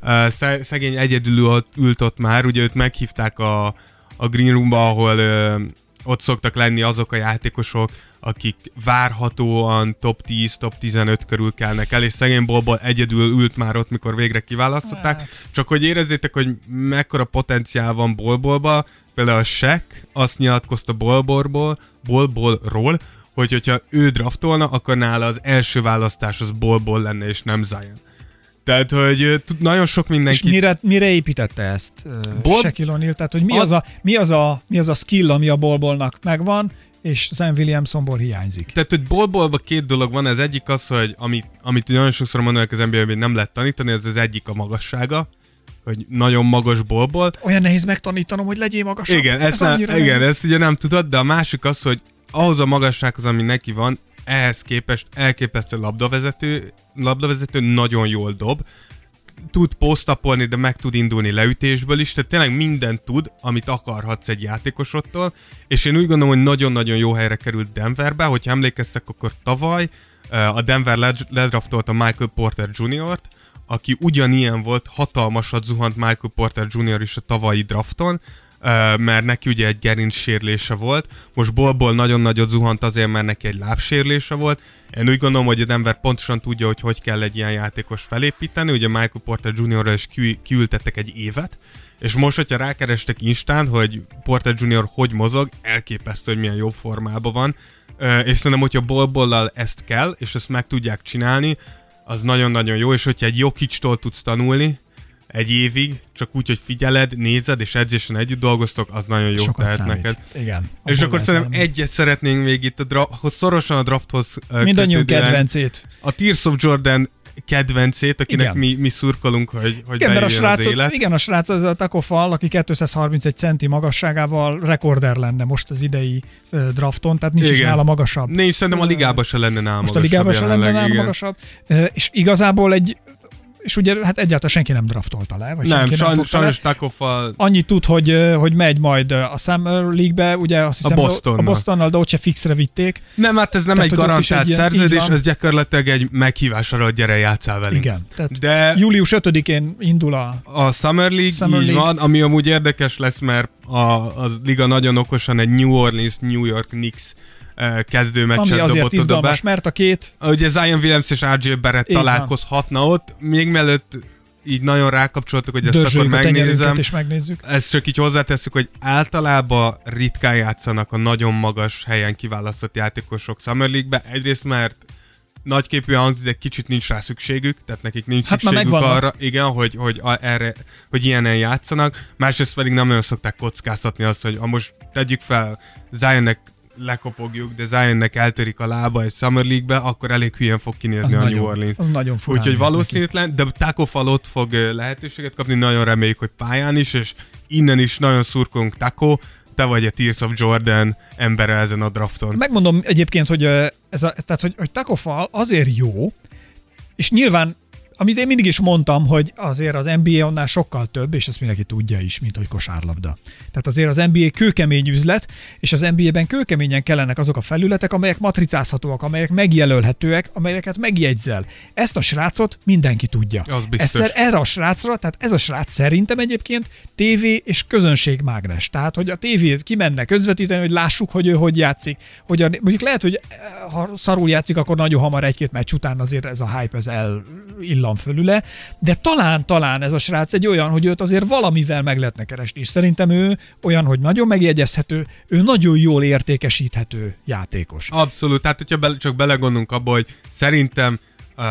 Uh, szegény egyedül ült ott már, ugye őt meghívták a, a Green Roomba, ahol uh, ott szoktak lenni azok a játékosok, akik várhatóan top tíz, top tizenöt körül kelnek el, és szegény Bol-bol egyedül ült már ott, mikor végre kiválasztották. Hát. Csak hogy érezzétek, hogy mekkora potenciál van Bol-bolba, például a Shaq azt nyilatkozta Bol-bolból, Bol-bolról, hogy hogyha ő draftolna, akkor nála az első választás az Bol-bol lenne, és nem Zion. Tehát, hogy nagyon sok mindenki... És mire, mire építette ezt Bol... Shaquille O'Neal? Tehát, hogy mi, az... Az a, mi, az a, mi az a skill, ami a Bol-bolnak megvan, és Zion Williamsonból hiányzik? Tehát, hogy Bol-bolban két dolog van, ez egyik az, hogy amit, amit nagyon sokszor mondanak az en bé á-ben, hogy nem lehet tanítani, ez az egyik a magassága, hogy nagyon magas Bol-bol. Olyan nehéz megtanítanom, hogy legyél magasabb. Igen, ezt, ez nem, igen ezt ugye nem tudod, de a másik az, hogy ahhoz a magassághoz, ami neki van, ehhez képest elképesztő labdavezető, labdavezető nagyon jól dob, tud posztapolni, de meg tud indulni leütésből is, tehát tényleg mindent tud, amit akarhatsz egy játékosodtól, és én úgy gondolom, hogy nagyon-nagyon jó helyre került Denverbe, hogyha emlékeztek, akkor tavaly a Denver ledraftolta Michael Porter juniort, aki ugyanilyen volt, hatalmasat zuhant Michael Porter junior is a tavalyi drafton, mert neki ugye egy gerinc sérülése volt. Most Bol-ból nagyon nagyot zuhant azért, mert neki egy lábsérülése volt. Én úgy gondolom, hogy a Denver pontosan tudja, hogy hogy kell egy ilyen játékos felépíteni. Ugye Michael Porter juniorra is kiültettek egy évet, és most, hogyha rákerestek Instán, hogy Porter junior hogy mozog, elképesztő, hogy milyen jó formában van. És szerintem, hogyha Bol-bollal ezt kell, és ezt meg tudják csinálni, az nagyon-nagyon jó, és hogyha egy Jokictól tudsz tanulni, egy évig, csak úgy, hogy figyeled, nézed, és edzésen együtt dolgoztok, az nagyon jó sokat tehet számít. neked. Igen. És akkor szerintem számít. Egyet szeretnénk még itt a dra- szorosan a drafthoz mindannyiunk kedvencét. A Tears of Jordan kedvencét, akinek mi, mi szurkolunk, hogy, hogy igen, bejöjjön a srácot, az élet. Igen, a srác az a Taco Fall, aki kétszázharmincegy centi magasságával rekorder lenne most az idei uh, drafton, tehát nincs igen. is nála magasabb. Nincs, szerintem a ligában se lenne nála most magasabb. Most a ligában se lenne nála magasabb. Uh, és igazából egy és ugye hát egyáltalán senki nem draftolta le, vagy nem, senki sajnos, nem sajnos Taco-val... Annyit tud, hogy, hogy megy majd a Summer League-be, ugye azt hiszem, a Bostonnal, a Bostonnal, de ott se fixre vitték. Nem, hát ez nem tehát, egy garantált egy szerződés, ez gyakorlatilag egy meghívás arra, hogy gyere, játsszál velünk. Igen, tehát de július ötödikén indul a... A Summer League, Summer így League. Van, ami amúgy érdekes lesz, mert a, a liga nagyon okosan egy New Orleans, New York Knicks kezdőmeccset ami azért dobott oda be. mert a két... Ugye Zion Williams és er jé Barrett Így találkozhatna van. Ott, még mielőtt így nagyon rákapcsoltak, hogy ezt Dörzsöljük akkor megnézem. És megnézzük. Ezt csak így hozzátesszük, hogy általában ritkán játszanak a nagyon magas helyen kiválasztott játékosok Summer League-be. Egyrészt, mert nagyképűen hangzik, de kicsit nincs rá szükségük, tehát nekik nincs hát szükségük arra, igen, hogy, hogy, a, erre, hogy ilyenen játszanak. Másrészt pedig nem nagyon szokták kockáztatni azt, hogy ha most tegyük fel, Zionnek lekopogjuk, de Zionnek eltörik a lába egy Summer League-be, akkor elég hülyén fog kinézni az a nagyon, New Orleans. Az nagyon furán. Úgyhogy valószínűtlen, de Taco Fall ott fog lehetőséget kapni, nagyon reméljük, hogy pályán is, és innen is nagyon szurkolunk Taco, te vagy a Tears of Jordan embere ezen a drafton. Megmondom egyébként, hogy, ez a, tehát, hogy, hogy Taco Fall azért jó, és nyilván, amit én mindig is mondtam, hogy azért az en bé á annál sokkal több, és ezt mindenki tudja is, mint hogy kosárlabda. Tehát azért az en bé á kőkemény üzlet, és az en bé á-ben kőkeményen kellenek azok a felületek, amelyek matricázhatóak, amelyek megjelölhetőek, amelyeket megjegyzel. Ezt a srácot mindenki tudja. Az biztos. Ezt, erre a srácra, tehát ez a srác szerintem egyébként tévé és közönségmágnes. Tehát, hogy a tévét kimenne közvetíteni, hogy lássuk, hogy ő hogy játszik. Hogy a, mondjuk lehet, hogy ha szarul játszik, akkor nagyon hamar egy-két meccs után azért ez a hype ez el illan fölüle, de talán, talán ez a srác egy olyan, hogy őt azért valamivel meg lehetne keresni, és szerintem ő olyan, hogy nagyon megjegyezhető, ő nagyon jól értékesíthető játékos. Abszolút, tehát hogyha be, csak belegondolunk abba, hogy szerintem uh,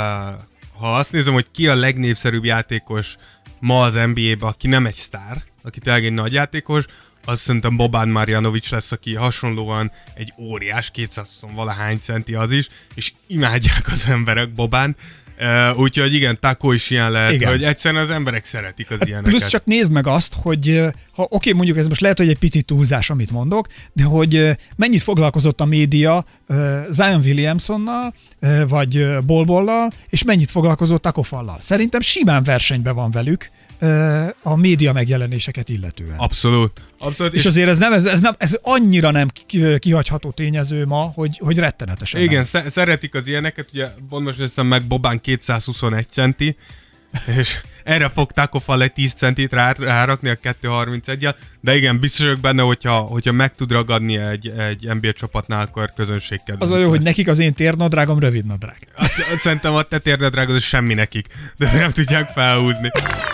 ha azt nézem, hogy ki a legnépszerűbb játékos ma az en bé á-ben, aki nem egy sztár, aki tényleg egy nagy játékos, azt szerintem Boban Marjanovic lesz, aki hasonlóan egy óriás, kétszázhúsz valahány centi az is, és imádják az emberek Bobán. Uh, úgyhogy igen, Taco is ilyen lehet, igen. Hogy egyszerűen az emberek szeretik az ilyeneket. Plusz csak nézd meg azt, hogy ha oké, okay, mondjuk ez most lehet, hogy egy picit túlzás, amit mondok, de hogy mennyit foglalkozott a média uh, Zion Williamsonnal, uh, vagy Bol-Bollal, és mennyit foglalkozott Taco Fallal. Szerintem simán versenyben van velük a média megjelenéseket illetően. Abszolút. Abszolút. És, és azért ez, nem, ez, ez, nem, ez annyira nem kihagyható tényező ma, hogy, hogy rettenetesen. Igen, sz- szeretik az ilyeneket, ugye pont most néztem meg, Boban kétszázhuszonegy centi, és erre fog Taco Fall egy tíz centit rá, rárakni a kettő harmincegyel, de igen, biztos vagyok benne, hogyha, hogyha meg tud ragadni egy, egy en bé á csapatnál, akkor közönségkedvenc. Az olyan jó, hogy nekik az én térnadrágom rövid nadrág. Szerintem a te térnadrágod az semmi nekik, de nem tudják felhúzni.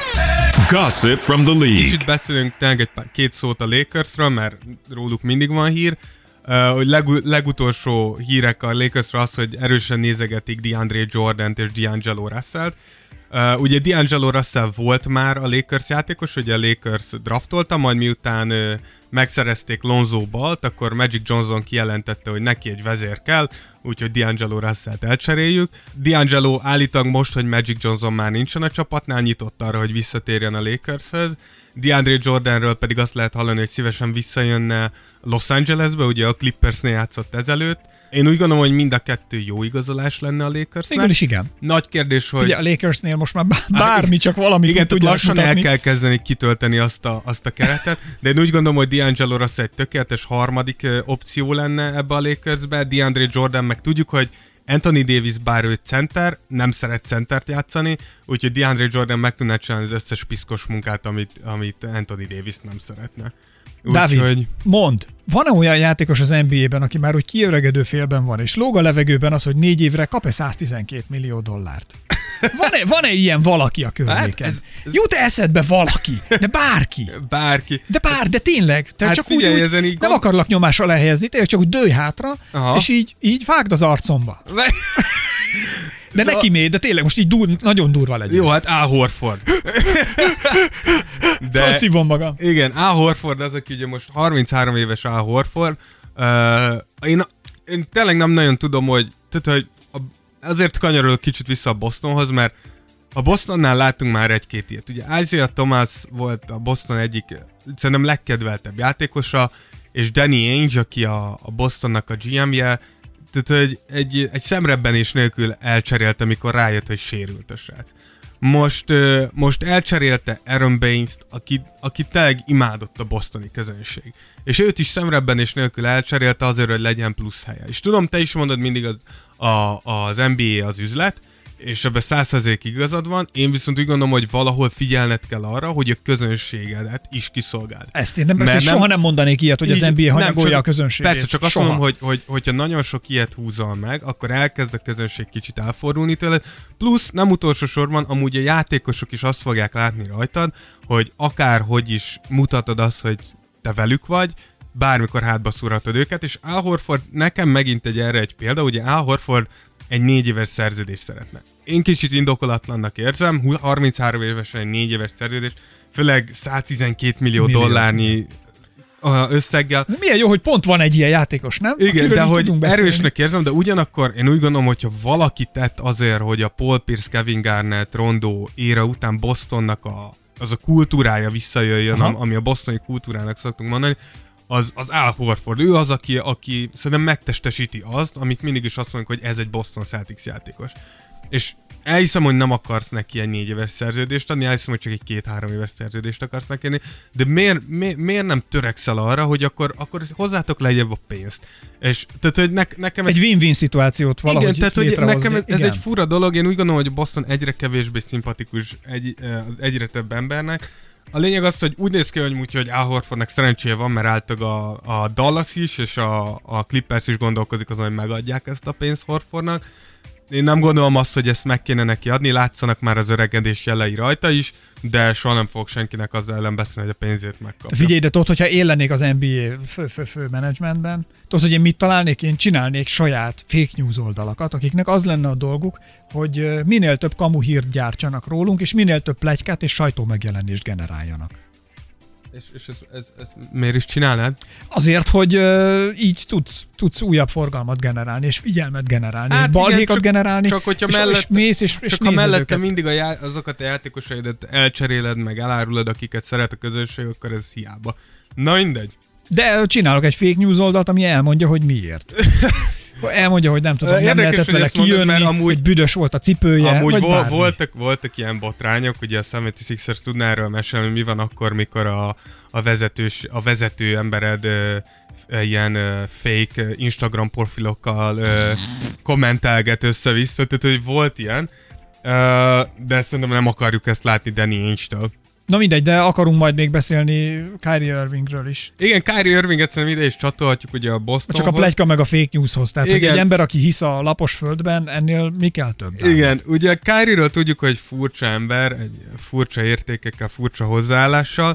Gossip from the league. Kicsit beszélünk tényleg egy pár, két szót a Lakersről, mert róluk mindig van hír. Uh, hogy leg, legutolsó hírek a Lakersről az, hogy erősen nézegetik DeAndre Jordant és D'Angelo Russellt. Uh, ugye D'Angelo Russell volt már a Lakers játékos, ugye a Lakers draftolta, majd miután uh, megszerezték Lonzo Ballt, akkor Magic Johnson kijelentette, hogy neki egy vezér kell, úgyhogy D'Angelo Russellt elcseréljük. D'Angelo állítólag most, hogy Magic Johnson már nincsen a csapatnál, nyitott arra, hogy visszatérjen a Lakershez. DeAndre Jordanről pedig azt lehet hallani, hogy szívesen visszajönne Los Angelesbe, ugye a Clippersnél játszott ezelőtt. Én úgy gondolom, hogy mind a kettő jó igazolás lenne a Lakersnek. Igen is igen. Nagy kérdés, hogy... Ugye a Lakersnél most már bármi, csak valamit igen, tudják lassan mutatni. el kell kezdeni kitölteni azt a, azt a keretet, de én úgy gondolom, hogy D'Angelo Russell egy tökéletes harmadik opció lenne ebbe a Lakersbe. DeAndre Jordan meg tudjuk, hogy Anthony Davis, bár ő center, nem szeret centert játszani, úgyhogy DeAndre Jordan meg tudná csinálni az összes piszkos munkát, amit, amit Anthony Davis nem szeretne. Úgy, Dávid, hogy... mondd, van-e olyan játékos az en bé á-ben, aki már úgy kiöregedő félben van, és lóg a levegőben az, hogy négy évre kap-e száztizenkét millió dollárt? Van-e, van-e ilyen valaki a környéken? Hát ez, ez... Jut eszedbe valaki? De bárki. Bárki. De bár, de tényleg. Tehát hát csak figyelj, úgy, úgy így nem akarlak nyomás alá helyezni, tényleg csak úgy dőj hátra, aha, és így, így vágd az arcomba. De szóval... neki mély, de tényleg most így dur, nagyon durva legyen. Jó, hát Al Horford. De felszívom magam. Igen, Al Horford az, aki ugye most harminchárom éves Al Horford. Uh, én, én tényleg nem nagyon tudom, hogy, tehát, hogy a, azért kanyarodok kicsit vissza a Bostonhoz, mert a Bostonnál láttunk már egy-két ilyet. Ugye Isaiah Thomas volt a Boston egyik, szerintem legkedveltebb játékosa, és Danny Ainge, aki a, a Bostonnak a gé em-je, tehát hogy egy, egy szemrebbenés nélkül elcserélte, amikor rájött, hogy sérült a srác. Most, most elcserélte Aaron Baines-t, aki, aki tényleg imádott a bostoni közönség. És őt is szemrebbenés nélkül elcserélte azért, hogy legyen plusz helye. És tudom, te is mondod mindig az, a, az en bé á az üzlet, és ebben száz százalék igazad van, én viszont úgy gondolom, hogy valahol figyelned kell arra, hogy a közönségedet is kiszolgáld. Ezt én nem, ezt soha nem mondanék ilyet, hogy így, az en bé á hanyagolja a közönségét. Persze, csak azt soha. mondom, hogy, hogy hogyha nagyon sok ilyet húzol meg, akkor elkezd a közönség kicsit elfordulni tőled, plusz nem utolsó sorban amúgy a játékosok is azt fogják látni rajtad, hogy akárhogy is mutatod azt, hogy te velük vagy, bármikor hátba szúrhatod őket, és Al Horford nekem megint egy erre egy példa, ugye Al Horford egy négy éves szerződést szeretne. Én kicsit indokolatlannak érzem, harminchárom évesen egy négy éves szerződés, főleg száztizenkét millió, millió dollárnyi összeggel. Ez milyen jó, hogy pont van egy ilyen játékos, nem? Igen, akiről de hogy erősnek érzem, de ugyanakkor én úgy gondolom, hogyha valaki tett azért, hogy a Paul Pierce, Kevin Garnett, Rondo éra után Bostonnak a, az a kultúrája visszajöjjön, Aha. ami a bostoni kultúrának szoktunk mondani, az, az Al Horford. Ő az, aki, aki szerintem megtestesíti azt, amit mindig is azt mondjuk, hogy ez egy Boston Celtics játékos. És elhiszem, hogy nem akarsz neki egy négy éves szerződést adni, elhiszem, hogy csak egy két-három éves szerződést akarsz neki adni, de miért, miért, miért nem törekszel arra, hogy akkor, akkor hozzátok lejjebb a pénzt? És tehát, hogy ne, nekem ez... Egy win-win szituációt valahogy igen, tehát, hogy nekem ez, ez igen. egy fura dolog, én úgy gondolom, hogy Boston egyre kevésbé szimpatikus egy, egyre több embernek. A lényeg az, hogy úgy néz ki, hogy úgy, hogy Al Horfordnak szerencséje van, mert általában a, a Dallas is, és a, a Clippers is gondolkozik azon, hogy megadják ezt a pénzt Horfordnak. Én nem gondolom azt, hogy ezt meg kéne neki adni, látszanak már az öregedés jelei rajta is, de soha nem fog senkinek azzal ellen beszélni, hogy a pénzét megkapja. Figyelj, de tudod, hogyha én lennék az en bé á fő-fő-fő menedzsmentben, tudod, hogy én mit találnék? Én csinálnék saját fake news oldalakat, akiknek az lenne a dolguk, hogy minél több kamu hírt gyártsanak rólunk, és minél több pletykát és sajtómegjelenést generáljanak. És, és ez, ez, ez miért is csinálnád? Azért, hogy uh, így tudsz, tudsz újabb forgalmat generálni, és figyelmet generálni, hát és balhékat igen, generálni, csak hogyha és, mellett, és mész, és, és csak ha mellette őket. Mindig a já, azokat a játékosaidat elcseréled, meg elárulod, akiket szeret a közönség, akkor ez hiába. Na mindegy. De csinálok egy fake news oldalt, ami elmondja, hogy miért. Elmondja, hogy nem tudom, Érdekes, nem lehetett vele kijönni, mondod, amúgy, hogy büdös volt a cipője, amúgy vagy vol, voltak, voltak ilyen botrányok, ugye a hetvenhatos tudná erről mesélni, mi van akkor, mikor a, a, vezetős, a vezető embered ö, ilyen ö, fake Instagram profilokkal ö, kommentelget össze-vissza, tehát hogy volt ilyen, ö, de szerintem nem akarjuk ezt látni Danny Ainge-től. Na mindegy, de akarunk majd még beszélni Kyrie Irvingről is. Igen, Kyrie Irvinget szerintem ide is csatolhatjuk ugye a Bostonhoz. Csak a pletyka meg a fake newshoz. Tehát, igen. Hogy egy ember, aki hisz a lapos földben, ennél mi kell több? Igen, ugye Kyrie-ről tudjuk, hogy furcsa ember, egy furcsa értékekkel, furcsa hozzáállással.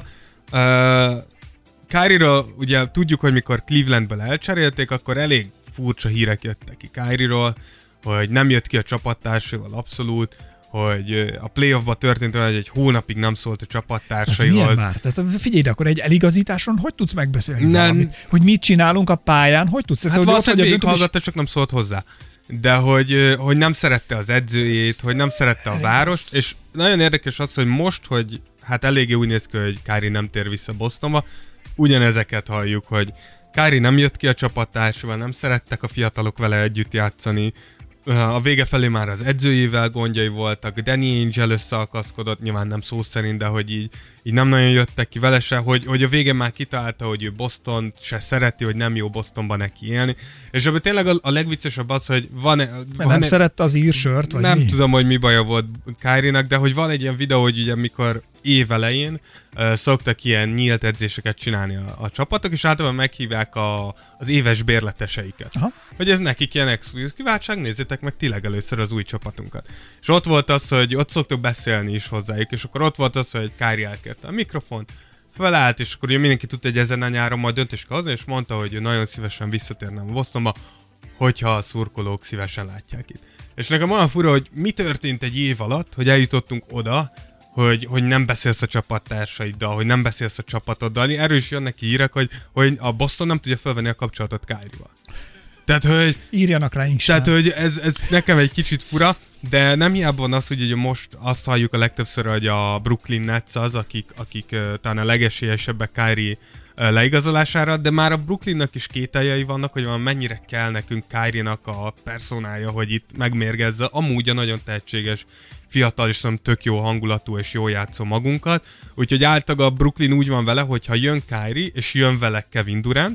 Uh, Kyrie-ről ugye tudjuk, hogy mikor Clevelandből elcserélték, akkor elég furcsa hírek jöttek ki Kyrie-ról, hogy nem jött ki a csapattársaival abszolút, hogy a playoffba történt olyan, hogy egy hónapig nem szólt a csapattársaihoz. Ez milyen már? Tehát figyelj, de akkor egy eligazításon hogy tudsz megbeszélni nem. valamit? Hogy mit csinálunk a pályán? Hogy tudsz? Hát valószínűleg végighallgatta, csak nem szólt hozzá. De hogy, hogy nem szerette az edzőjét, hogy nem szerette a várost, és nagyon érdekes az, hogy most, hogy hát eléggé úgy néz ki, hogy Kyrie nem tér vissza Bostonba, ugyanezeket halljuk, hogy Kyrie nem jött ki a csapattársával, nem szerettek a fiatalok vele együtt játszani, a vége felé már az edzőjével gondjai voltak, Danny Ainge összeakaszkodott, nyilván nem szó szerint, de hogy így, így nem nagyon jöttek ki vele se, hogy, hogy a végén már kitalálta, hogy ő Bostont se szereti, hogy nem jó Bostonban neki élni. És abban tényleg a, a legviccesebb az, hogy van... van nem e- szerette az írsört, vagy Nem mi? tudom, hogy mi baja volt Kyrie-nak, de hogy van egy ilyen videó, hogy ugye mikor évelején uh, szoktak ilyen nyílt edzéseket csinálni a, a csapatok, és általában meghívják a, az éves bérleteseiket. Aha. Hogy ez nekik ilyen exkluzív kiváltság, nézzétek meg ti legelőször az új csapatunkat. És ott volt az, hogy ott szoktok beszélni is hozzájuk, és akkor ott volt az, hogy Kyrie elkérte a mikrofont, felállt, és akkor ugye mindenki tudta, hogy ezen a nyáron majd döntés kell hozni, és mondta, hogy nagyon szívesen visszatérne a Bostonba, hogyha a szurkolók szívesen látják itt. És nekem olyan fura, hogy mi történt egy év alatt, hogy eljutottunk oda, hogy, hogy nem beszélsz a csapattársaidal, hogy nem beszélsz a csapatoddal. Erről is jönnek ki hírek, hogy, hogy a Boston nem tudja felvenni a kapcsolatot Kyrie-val. Tehát, hogy... Írjanak rá Instán. Tehát, hogy ez, ez nekem egy kicsit fura, de nem hiába van az, hogy most azt halljuk a legtöbbször, hogy a Brooklyn Nets az, akik, akik uh, talán a legesélyesebbek Kyrie uh, leigazolására, de már a Brooklynnak is kételjei vannak, hogy van mennyire kell nekünk Kyrie-nak a personája, hogy itt megmérgezze amúgy a nagyon tehetséges fiatal és nem tök jó hangulatú és jó játszó magunkat. Úgyhogy általában a Brooklyn úgy van vele, hogy ha jön Kyrie és jön vele Kevin Durant,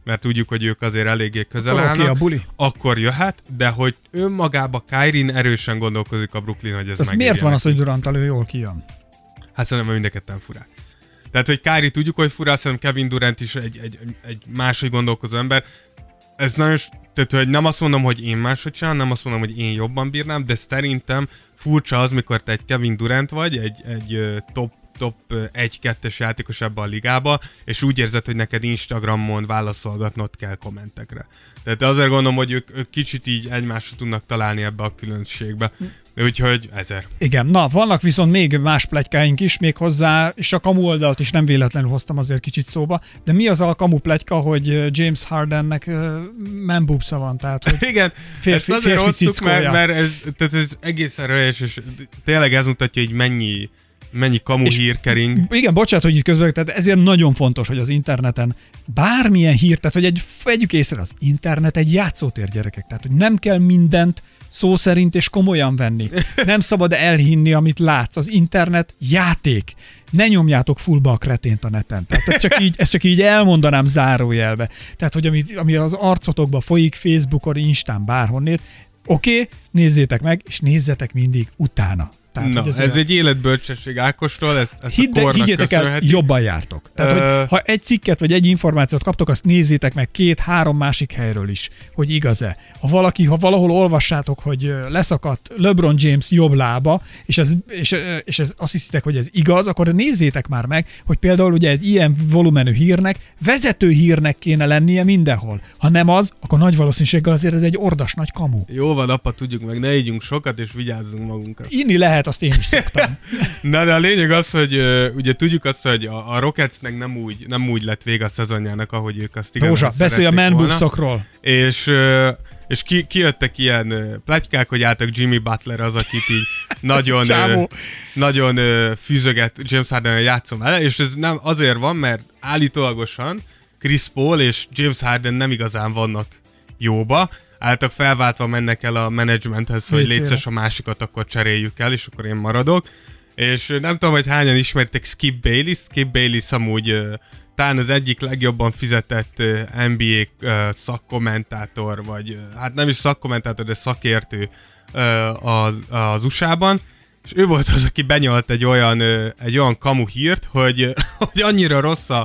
mert tudjuk, hogy ők azért eléggé közel Akkor állnak, oké, a buli. akkor jöhet, de hogy önmagába Kyrie erősen gondolkozik a Brooklyn, hogy ez megérjen. Miért van az, hogy Durant ő jól kijön? Hát szerintem mind a ketten furák. Tehát, hogy Kyrie tudjuk, hogy furá, szerintem Kevin Durant is egy, egy, egy máshogy gondolkozó ember. Ez nagyon, tehát, hogy nem azt mondom, hogy én máshogy csinálom, nem azt mondom, hogy én jobban bírnám, de szerintem furcsa az, mikor te egy Kevin Durant vagy, egy, egy top top egy-kettes játékos ebbe a ligába, és úgy érzed, hogy neked Instagramon válaszolgatnod kell kommentekre. Tehát azért gondolom, hogy ők, ők kicsit így egymásra tudnak találni ebbe a különbségbe. Úgyhogy ezer. Igen, na, vannak viszont még más pletykáink is, még hozzá, és a kamu oldalt is nem véletlenül hoztam azért kicsit szóba, de mi az a kamu pletyka, hogy James Hardennek uh, man boobsa van, tehát hogy igen, férfi, ezt azért férfi hoztuk, mert, mert ez, tehát ez egészen rölyes, és tényleg ez mutatja, hogy mennyi mennyi kamu hírkering. Igen, bocsánat, hogy itt közben, tehát ezért nagyon fontos, hogy az interneten bármilyen hír, tehát hogy egy, vegyük észre, az internet egy játszótér, gyerekek, tehát hogy nem kell mindent szó szerint és komolyan venni. Nem szabad elhinni, amit látsz. Az internet játék. Ne nyomjátok fullba a kretént a neten. Tehát ezt csak így, ezt csak így elmondanám zárójelbe. Tehát, hogy ami, ami az arcotokba folyik, Facebookon, Instán, bárhonnét, oké, okay, nézzétek meg, és nézzetek mindig utána. Tehát, na, ez olyan... egy életbölcsesség Ákostól, ezt, ezt Hidd, a kornak higgyétek el, jobban jártok. Tehát, uh... hogy ha egy cikket vagy egy információt kaptok, azt nézzétek meg két-három másik helyről is, hogy igaz-e. Ha valaki, ha valahol olvassátok, hogy leszakadt LeBron James jobb lába, és, ez, és, és ez, azt hiszitek, hogy ez igaz, akkor nézzétek már meg, hogy például ugye egy ilyen volumenű hírnek, vezető hírnek kéne lennie mindenhol. Ha nem az, akkor nagy valószínűséggel azért ez egy ordas nagy kamu. Jó van, apa, tudjuk meg, ne ígyunk sokat, és vigyázzunk magunkra. Inni lehet, azt én is szoktam. Na, de a lényeg az, hogy uh, ugye tudjuk azt, hogy a, a Rocketsnek nem úgy, nem úgy lett vége a szezonjának, ahogy ők azt igazán Rózsa, beszélj a man boobsokról. És, uh, és ki, kijöttek ilyen uh, pletykák, hogy álltak Jimmy Butler az, akit így nagyon, uh, nagyon uh, fűzöget James Harden-el játszom vele, és ez nem azért van, mert állítólagosan Chris Paul és James Harden nem igazán vannak jóba, álltak felváltva mennek el a menedzsmenthez, hogy létszes a másikat, akkor cseréljük el, és akkor én maradok. És nem tudom, hogy hányan ismertek Skip Bayless. Skip Bayless amúgy uh, talán az egyik legjobban fizetett uh, en bé á uh, szakkommentátor, vagy uh, hát nem is szakkommentátor, de szakértő uh, az, az u es á-ban. És ő volt az, aki benyalt egy olyan, uh, egy olyan kamu hírt, hogy, uh, hogy annyira rossz a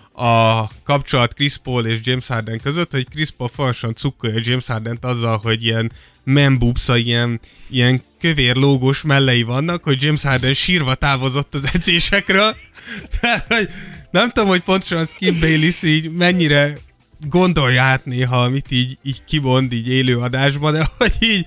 a kapcsolat Chris Paul és James Harden között, hogy Chris Paul folyamatosan cukkolja James Hardent azzal, hogy ilyen man boobsa, ilyen, ilyen kövér lógós mellei vannak, hogy James Harden sírva távozott az edzésekről. Nem tudom, hogy pontosan Skip Bayless így mennyire gondolja át néha, amit így, így kimond így élő adásban, de hogy így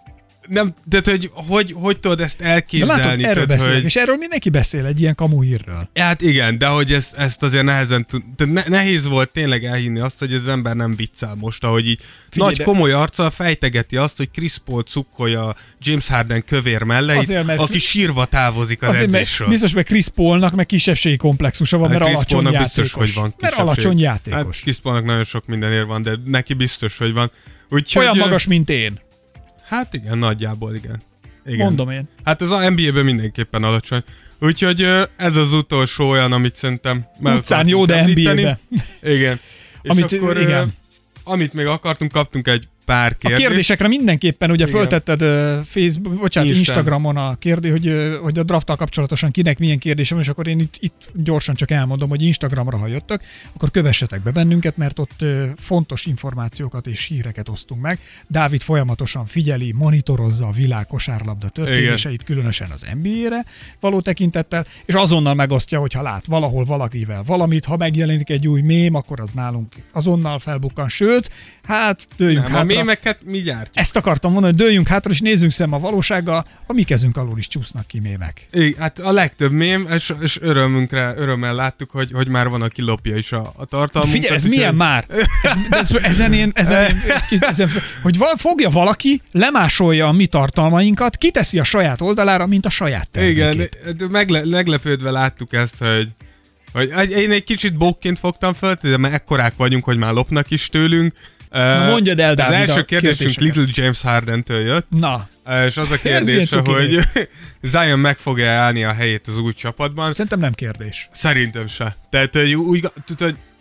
nem, de hogy, hogy hogy tudod ezt elképzelni? De látod, erről beszélek, hogy... és erről mindenki beszél egy ilyen kamu hírről. Hát igen, de hogy ezt, ezt azért nehezen tud, ne, nehéz volt tényleg elhinni azt, hogy az ember nem viccel most, ahogy így figyelj, nagy de... komoly arccal fejtegeti azt, hogy Chris Paul cukkolja James Harden kövér melleit, azért, mert... aki sírva távozik az azért, edzésről. Biztos, mert Chris Paulnak meg kisebbségi komplexusa van, hát mert Chris alacsony játékos. Biztos, hogy van mert alacsony játékos. Hát Chris Paulnak nagyon sok mindenért van, de neki biztos, hogy van. Úgyhogy, olyan magas, mint én. Hát igen, nagyjából igen. igen. Mondom én. Hát ez a en bé á-ben mindenképpen alacsony. Úgyhogy ez az utolsó olyan, amit szerintem meg utcán jó, de en bé á-be. Igen. Amit, és akkor, igen. Amit még akartunk, kaptunk egy pár kérdést. A kérdésekre mindenképpen ugye igen. föltetted uh, Facebook, bocsánat, Instán. Instagramon a kérdés, hogy, uh, hogy a drafttal kapcsolatosan kinek milyen kérdésem, és akkor én itt, itt gyorsan csak elmondom, hogy Instagramra, ha jöttök, akkor kövessetek be bennünket, mert ott uh, fontos információkat és híreket osztunk meg. Dávid folyamatosan figyeli, monitorozza a világ kosárlabda történéseit, igen. különösen az en bé á-re való tekintettel, és azonnal megosztja, hogyha lát valahol valakivel valamit, ha megjelenik egy új mém, akkor az nálunk azonnal felbukkan, sőt, hát dőljünk hátra. Mémeket mi gyártjuk. Ezt akartam mondani, hogy dőljünk hátra, és nézzünk szembe a valósággal, a mi kezünk alól is csúsznak ki mémek. Igen, hát a legtöbb mém, és, és örömünkre, örömmel láttuk, hogy, hogy már van, aki lopja is a, a tartalmunkat. Figyelj, ez milyen már? Ez, ezen én, ezen én, ezen, hogy fogja valaki, lemásolja a mi tartalmainkat, kiteszi a saját oldalára, mint a saját termékét. Igen, megle, meglepődve láttuk ezt, hogy hogy én egy kicsit bokként fogtam föl, de mert ekkorák vagyunk, hogy már lopnak is tőlünk. Na mondjad el, Dávid, az első kérdésünk Little James Hardentől jött. Na. És az a kérdése, hogy Zion meg fogja állni a helyét az új csapatban. Szerintem nem kérdés. Szerintem se. Tehát, hogy úgy, hogy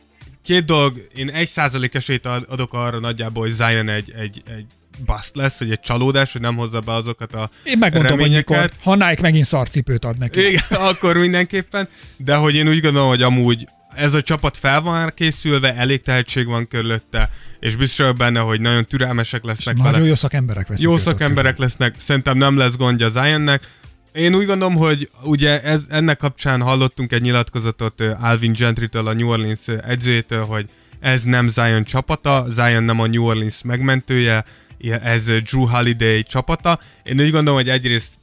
két dolog, én egy százalék esélyt adok arra nagyjából, hogy Zion egy, egy, egy bust lesz, hogy egy csalódás, hogy nem hozza be azokat a Én megmondom, reményeket. hogy mikor, ha Nike megint szarcipőt ad neki. Igen, akkor mindenképpen, de hogy én úgy gondolom, hogy amúgy ez a csapat fel van már készülve, elég tehetség van körülötte, és biztos vagyok benne, hogy nagyon türelmesek lesznek és vele. nagyon jó szakemberek veszik. Jó szakemberek lesznek, szerintem nem lesz gondja Zionnek. Én úgy gondolom, hogy ugye ez, ennek kapcsán hallottunk egy nyilatkozatot Alvin Gentrytől, a New Orleans edzőjétől, hogy ez nem Zion csapata, Zion nem a New Orleans megmentője, ez Drew Holiday csapata. Én úgy gondolom, hogy egyrészt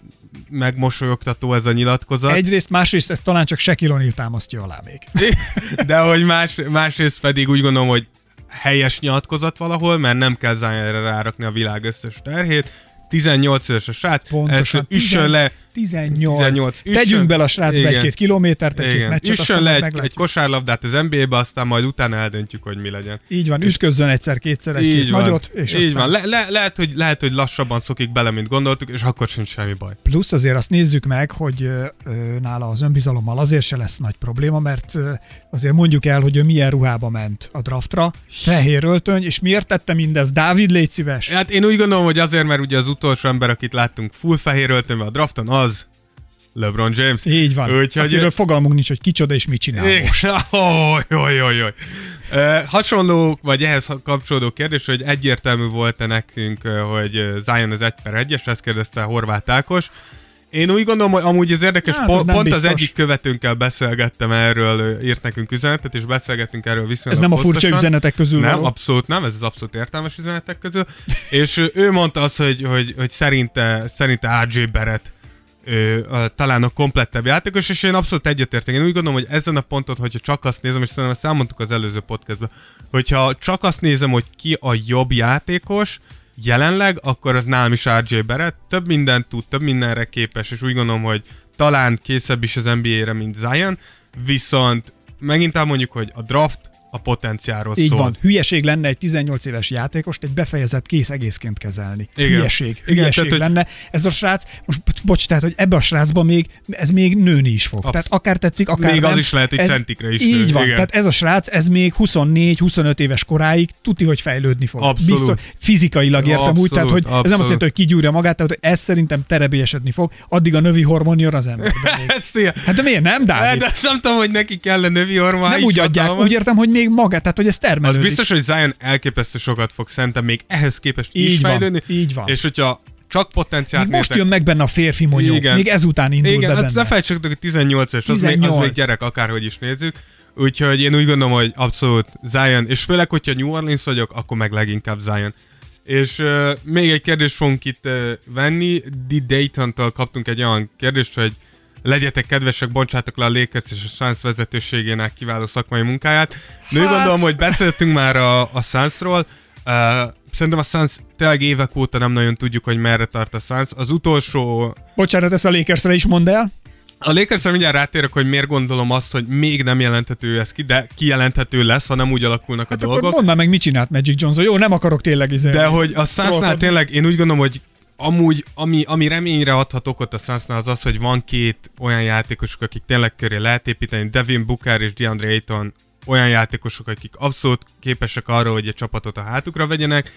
megmosolyogtató ez a nyilatkozat. Egyrészt, másrészt ez talán csak Shaquille O'Neal támasztja alá még. De hogy más, másrészt pedig úgy gondolom, hogy helyes nyilatkozat valahol, mert nem kell Zionre rárakni a világ összes terhét. tizennyolc éves a srác, Pontosan, ezt üssön le. tizennyolc. tizennyolc. Üssön, Tegyünk bele a srácba egy-két kilométert, egy-két meccset, üssön le egy, meglátjuk. egy kosárlabdát az en bé á-be, aztán majd utána eldöntjük, hogy mi legyen. Így van, üsközzön egyszer-kétszer egy-két nagyot, és így aztán... van. Le, le, lehet, hogy, lehet, hogy lassabban szokik bele, mint gondoltuk, és akkor sincs semmi baj. Plusz azért azt nézzük meg, hogy ö, ö, nála az önbizalommal azért se lesz nagy probléma, mert ö, azért mondjuk el, hogy ő milyen ruhába ment a draftra, fehér öltöny, és miért tette mindez? Dávid, légy szíves! Hát én úgy gondolom, hogy azért, mert ugye az utolsó ember, akit láttunk full fehér öltönyben a drafton, az LeBron James. Így van. Úgyhogy akiről fogalmunk nincs, hogy kicsoda és mit csinál igen. most. Oh, jaj, jaj, jaj. Uh, hasonló, vagy ehhez kapcsolódó kérdés, hogy egyértelmű volt-e nekünk, hogy Zion az egy per egyes, ezt kérdezte Horváth Ákos. Én úgy gondolom, hogy amúgy ez érdekes, hát, po- az pont biztos. az egyik követőnkkel beszélgettem erről, írt nekünk üzenetet, és beszélgettünk erről viszonylag Ez nem a furcsa hosszasan. üzenetek közül Nem, való. abszolút nem, ez az abszolút értelmes üzenetek közül. És ő mondta azt, hogy, hogy, hogy szerinte, szerinte er jé Barrett Ö, a, talán a komplettebb játékos, és én abszolút egyetértek. Én úgy gondolom, hogy ezen a ponton, hogyha csak azt nézem, és szerintem ezt elmondtuk az előző podcastban, hogyha csak azt nézem, hogy ki a jobb játékos jelenleg, akkor az nálam is er jé Barrett, több mindent tud, több mindenre képes, és úgy gondolom, hogy talán készebb is az en bé á-re, mint Zion, viszont megint elmondjuk, hogy a draft a potenciálról Így szól. van. Hülyeség lenne egy tizennyolc éves játékost egy befejezett kész egészként kezelni. Igen. Hülyeség. Igen, Hülyeség tehát, lenne. Ez a srác, most bocs, tehát, hogy ebbe a srácban még, ez még nőni is fog. Absz- Tehát akár tetszik, akár Még nem. az is lehet, hogy ez, centikre is Így nő. van. Igen. Tehát ez a srác, ez még huszonnégy-huszonöt éves koráig tuti, hogy fejlődni fog. Abszolút. Biztos, fizikailag értem Abszolút, úgy, tehát hogy abszolút. ez nem azt jelenti, hogy kigyúrja magát, tehát hogy ez szerintem terebélyesedni fog, addig a növi hormon jön az emberbe még. Szia. Hát de miért nem, Dávid? De azt nem tudom, hogy neki kell a növi hormon. Nem úgy adják, úgy értem, hogy még magát, tehát hogy ez Az termelődik. biztos, hogy Zion elképesztő sokat fog szerintem még ehhez képest Így is van, fejlődni. így van. És hogyha csak potenciált Még most nézek, jön meg benne a férfi monyó, Igen. még ezután indul igen, be hát benne. ne felejtsük, hogy tizennyolc éves, az még, az tizennyolc. még gyerek, akárhogy is nézzük. Úgyhogy én úgy gondolom, hogy abszolút Zion, és főleg, hogyha New Orleans vagyok, akkor meg leginkább Zion. És uh, még egy kérdést fogunk itt uh, venni. D. Dayton-tól kaptunk egy olyan kérdést, hogy legyetek kedvesek, bontsátok le a Lakers és a Suns vezetőségének kiváló szakmai munkáját. Hát... Nő gondolom, hogy beszéltünk már a, a Sunsról. Uh, szerintem a Suns tényleg évek óta nem nagyon tudjuk, hogy merre tart a Suns. Az utolsó... Bocsánat, ezt a Lakersre is mondd el. A Lakersre mindjárt rátérek, hogy miért gondolom azt, hogy még nem jelenthető ez ki, de kijelenthető lesz, ha nem úgy alakulnak Hát a akkor dolgok. mondd már meg, mit csinált Magic Johnson. Jó, nem akarok tényleg izé. De hogy a Sunsnál trollkodni. tényleg én úgy gondolom, hogy amúgy, ami, ami reményre adhat okot a Sunsnál az az, hogy van két olyan játékosok, akik tényleg köré lehet építeni, Devin Booker és DeAndre Ayton olyan játékosok, akik abszolút képesek arra, hogy a csapatot a hátukra vegyenek.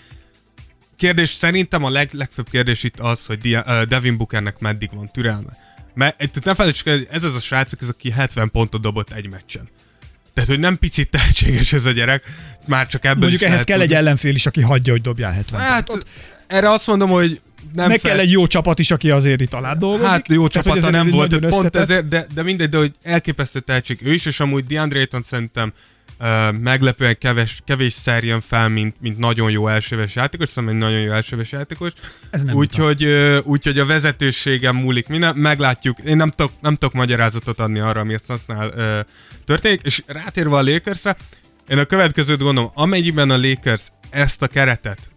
Kérdés szerintem a leg, legfőbb kérdés itt az, hogy Dia, uh, Devin Bookernek meddig van türelme. Mert itt ne felejtsük, ez az a srác, ez aki hetven pontot dobott egy meccsen. Tehát, hogy nem picit tehetséges ez a gyerek, már csak ebből Mondjuk is ehhez lehet kell egy tudni. ellenfél is, aki hagyja, hogy dobjál hetven Hát, pontot. erre azt mondom, hogy nem Meg fel... kell egy jó csapat is, aki azért itt alá dolgozik. Hát jó Tehát, hogy csapata ezért nem ez volt, nagyon pont összetett. ezért, de, de mindegy, de hogy elképesztő tehetség ő is, és amúgy DeAndre Ayton szerintem uh, meglepően kevés, kevés jön fel, mint, mint nagyon jó elsőves játékos, szerintem egy nagyon jó elsőves játékos. Ez nem Úgyhogy uh, úgy, a vezetőségem múlik minden, meglátjuk. Én nem tudok, nem tudok magyarázatot adni arra, ami a Sunsnál uh, történik, és rátérve a Lakersre, én a következőt gondolom, amennyiben a Lakers ezt a keretet,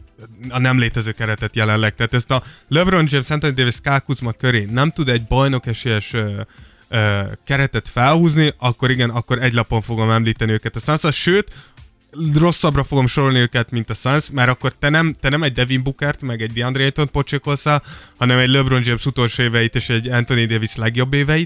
a nem létező keretet jelenleg, tehát ezt a LeBron James, Anthony Davis, Kyle Kuzma köré nem tud egy bajnok esélyes ö, ö, keretet felhúzni, akkor igen, akkor egy lapon fogom említeni őket a Suns-ra, sőt, rosszabbra fogom sorolni őket, mint a Suns, mert akkor te nem, te nem egy Devin Bookert, meg egy DeAndre Aytont pocsékolsz el, hanem egy LeBron James utolsó éveit és egy Anthony Davis legjobb éveit.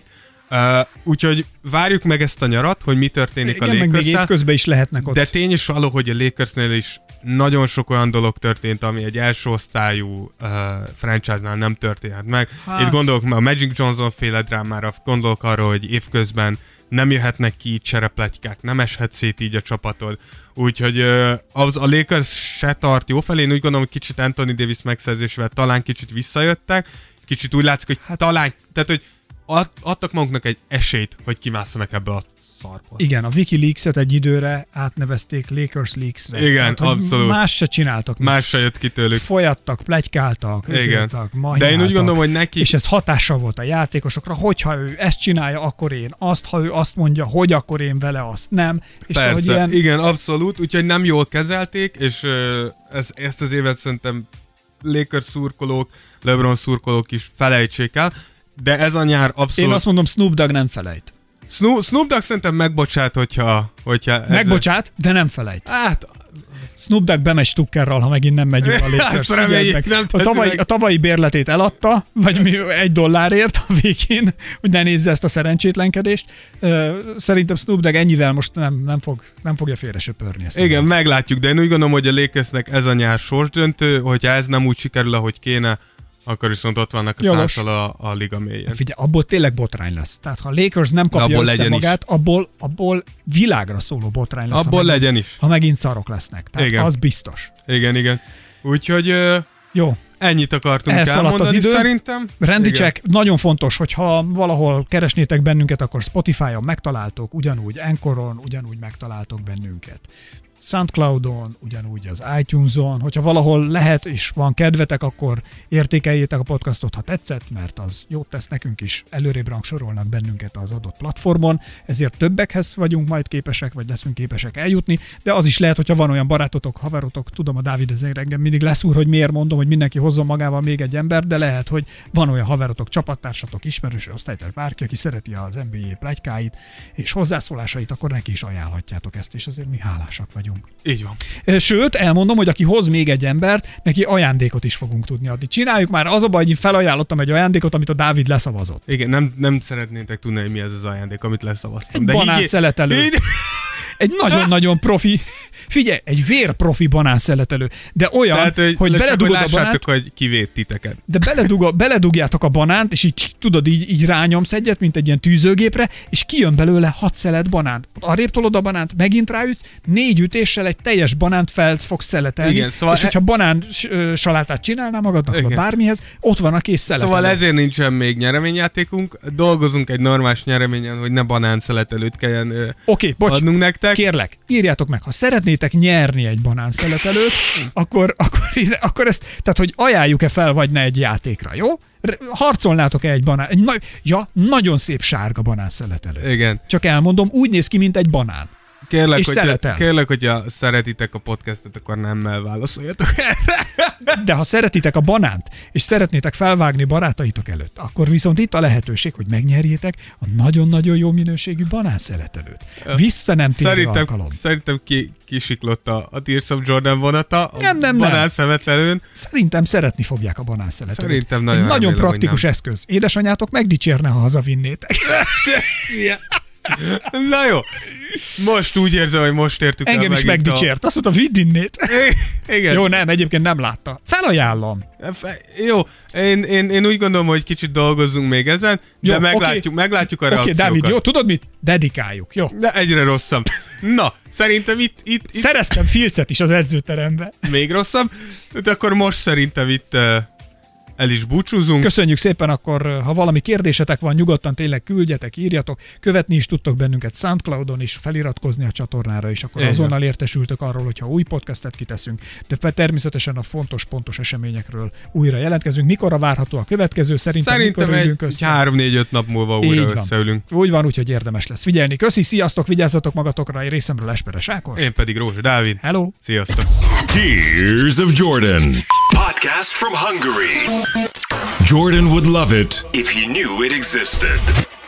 Uh, úgyhogy várjuk meg ezt a nyarat, hogy mi történik igen, a Lakers-szel. meg még évközben is lehetnek ott. De tény is való, hogy a Lakersnél is nagyon sok olyan dolog történt, ami egy első osztályú uh, franchise-nál nem történhet meg. Hát. Itt gondolok a Magic Johnson féle drámára, gondolok arra, hogy évközben nem jöhetnek ki így cserepletykák, nem eshet szét így a csapatod. Úgyhogy uh, az a Lakers se tart jó felé. Én úgy gondolom, hogy kicsit Anthony Davis megszerzésével talán kicsit visszajöttek. Kicsit úgy látszik, hogy hát. talán, tehát hogy ad, adtak maguknak egy esélyt, hogy kimásszanak ebbe a szarból. Igen, a WikiLeaks-et egy időre átnevezték Lakers Leaks-re. Igen, tehát, abszolút. Más se csináltak. Más se jött ki tőlük. Folyattak, pletykáltak, üzültek, de én úgy gondolom, hogy neki... És ez hatással volt a játékosokra, hogyha ő ezt csinálja, akkor én azt, ha ő azt mondja, hogy akkor én vele azt nem. És persze, hogy ilyen... igen, abszolút, úgyhogy nem jól kezelték, és ez, ezt az évet szerintem Lakers szurkolók, LeBron szurkolók is felejtsék el, de ez a nyár abszolút... Én azt mondom, Snoop Dogg nem felejt. Snoop, Snoop Dogg szerintem megbocsát, hogyha... hogyha megbocsát, ez... de nem felejt. Hát... Snoop Dogg bemegy Stuckerral, ha megint nem megy a Lakers. Reméljük, nem a, tavalyi, a tavalyi bérletét eladta, vagy mi egy dollárért a végén, hogy ne nézze ezt a szerencsétlenkedést. Szerintem Snoop Dogg ennyivel most nem, nem, fog, nem fogja félre söpörni ezt. Igen, meglátjuk, de én úgy gondolom, hogy a Lakersnek ez a nyár sorsdöntő, hogyha ez nem úgy sikerül, ahogy kéne, akkor viszont ott vannak a százszal a, a liga mélyén. Figyelj, abból tényleg botrány lesz. Tehát ha a Lakers nem kapja abból össze magát, abból, abból világra szóló botrány lesz. Abból ha legyen megint, is. Ha megint szarok lesznek. Tehát igen. Az biztos. Igen, igen. Úgyhogy uh, jó. Ennyit akartunk elszaladt elmondani az idő. Szerintem. Rendítsek, nagyon fontos, hogyha valahol keresnétek bennünket, akkor Spotify-on megtaláltok, ugyanúgy Anchoron, ugyanúgy megtaláltok bennünket. Soundcloudon, ugyanúgy az iTunes-on, hogyha valahol lehet és van kedvetek, akkor értékeljétek a podcastot, ha tetszett, mert az jót tesz nekünk is, előrébb rangsorolnak bennünket az adott platformon, ezért többekhez vagyunk majd képesek, vagy leszünk képesek eljutni, de az is lehet, hogyha van olyan barátotok, haverotok, tudom, a Dávid ezért engem mindig leszúr, hogy miért mondom, hogy mindenki hozzon magával még egy ember, de lehet, hogy van olyan haverotok, csapattársatok, ismerős, osztálytárs, bárki, aki szereti az en bé á pletykáit és hozzászólásait, akkor neki is ajánlhatjátok ezt, és azért mi hálásak vagyunk. Így van. Sőt, elmondom, hogy aki hoz még egy embert, neki ajándékot is fogunk tudni adni. Csináljuk már, az a baj, hogy én felajánlottam egy ajándékot, amit a Dávid leszavazott. Igen, nem, nem szeretnétek tudni, hogy mi ez az ajándék, amit leszavaztam. Egy de banán így... szeletelő. Így... Egy nagyon-nagyon profi, figyelj, egy vérprofi banánszeletelő, de olyan, Tehát, hogy, hogy beledugod a banánt, hogy kivéd titeket. De beledug, beledugjátok a banánt, és így tudod, így, így rányomsz egyet, mint egy ilyen tűzőgépre, és kijön belőle hat szelet banán. Arrébb tolod a banánt, megint ráütsz, négy ütéssel egy teljes banánt fel fogsz szeletelni, igen, szóval és e... hogyha banán salátát csinálnál magadnak, vagy bármihez, ott van a kész szeletelő. Szóval ezért nincsen még nyereményjátékunk, dolgozunk egy normális nyereményen, hogy ne banán szeletelőt kelljen okay, adnunk nektek. Kérlek, írjátok meg, ha szeretnétek nyerni egy banánszeletelőt, akkor, akkor, akkor ezt, tehát hogy ajánljuk-e fel, vagy ne egy játékra, jó? Harcolnátok-e egy banán? Egy na- ja, nagyon szép sárga banánszeletelő. Igen. Csak elmondom, úgy néz ki, mint egy banán. Kérlek, és hogyha, szeletel. Kérlek, hogyha szeretitek a podcastet, akkor nemmel válaszoljatok erre. De ha szeretitek a banánt, és szeretnétek felvágni barátaitok előtt, akkor viszont itt a lehetőség, hogy megnyerjétek a nagyon-nagyon jó minőségű banánszeletelőt. Vissza nem térő alkalom. Szerintem ki, kisiklott a, a Tears of Jordan vonata a nem, nem, banánszeletelőn. Szerintem szeretni fogják a banánszeletelőt. Szerintem nagyon Egy nagyon remélem, praktikus eszköz. Édesanyátok megdicsérne, ha hazavinnétek. Na jó, most úgy érzem, hogy most értük el Engem is megdicsért, a... azt mondta, vidd innét. Igen. Jó, nem, egyébként nem látta. Felajánlom. Jó, én, én, én úgy gondolom, hogy kicsit dolgozzunk még ezen, jó, de meglátjuk, okay. meglátjuk a okay, reakciókat. Oké, Dávid, jó, tudod mit? Dedikáljuk, jó? De egyre rosszabb. Na, szerintem itt... itt, itt... Szereztem filcet is az edzőterembe. Még rosszabb, de akkor most szerintem itt... Uh... el is búcsúzunk. Köszönjük szépen, akkor ha valami kérdésetek van, nyugodtan tényleg küldjetek, írjatok, követni is tudtok bennünket Soundcloudon is, feliratkozni a csatornára is, akkor azonnal értesültök arról, hogyha új podcastet kiteszünk, de természetesen a fontos, pontos eseményekről újra jelentkezünk. Mikorra várható a következő? Szerintem, Szerintem mikor ülünk össze? három-négy-öt nap múlva újra Így összeülünk. Van. Úgy van, úgyhogy érdemes lesz figyelni. Köszi, sziasztok, vigyázzatok magatokra, én részemről Esperes Ákos. Én pedig Rózsa Dávid. Hello. Sziasztok. Tears of Jordan. Podcast from Hungary. Jordan would love it if he knew it existed.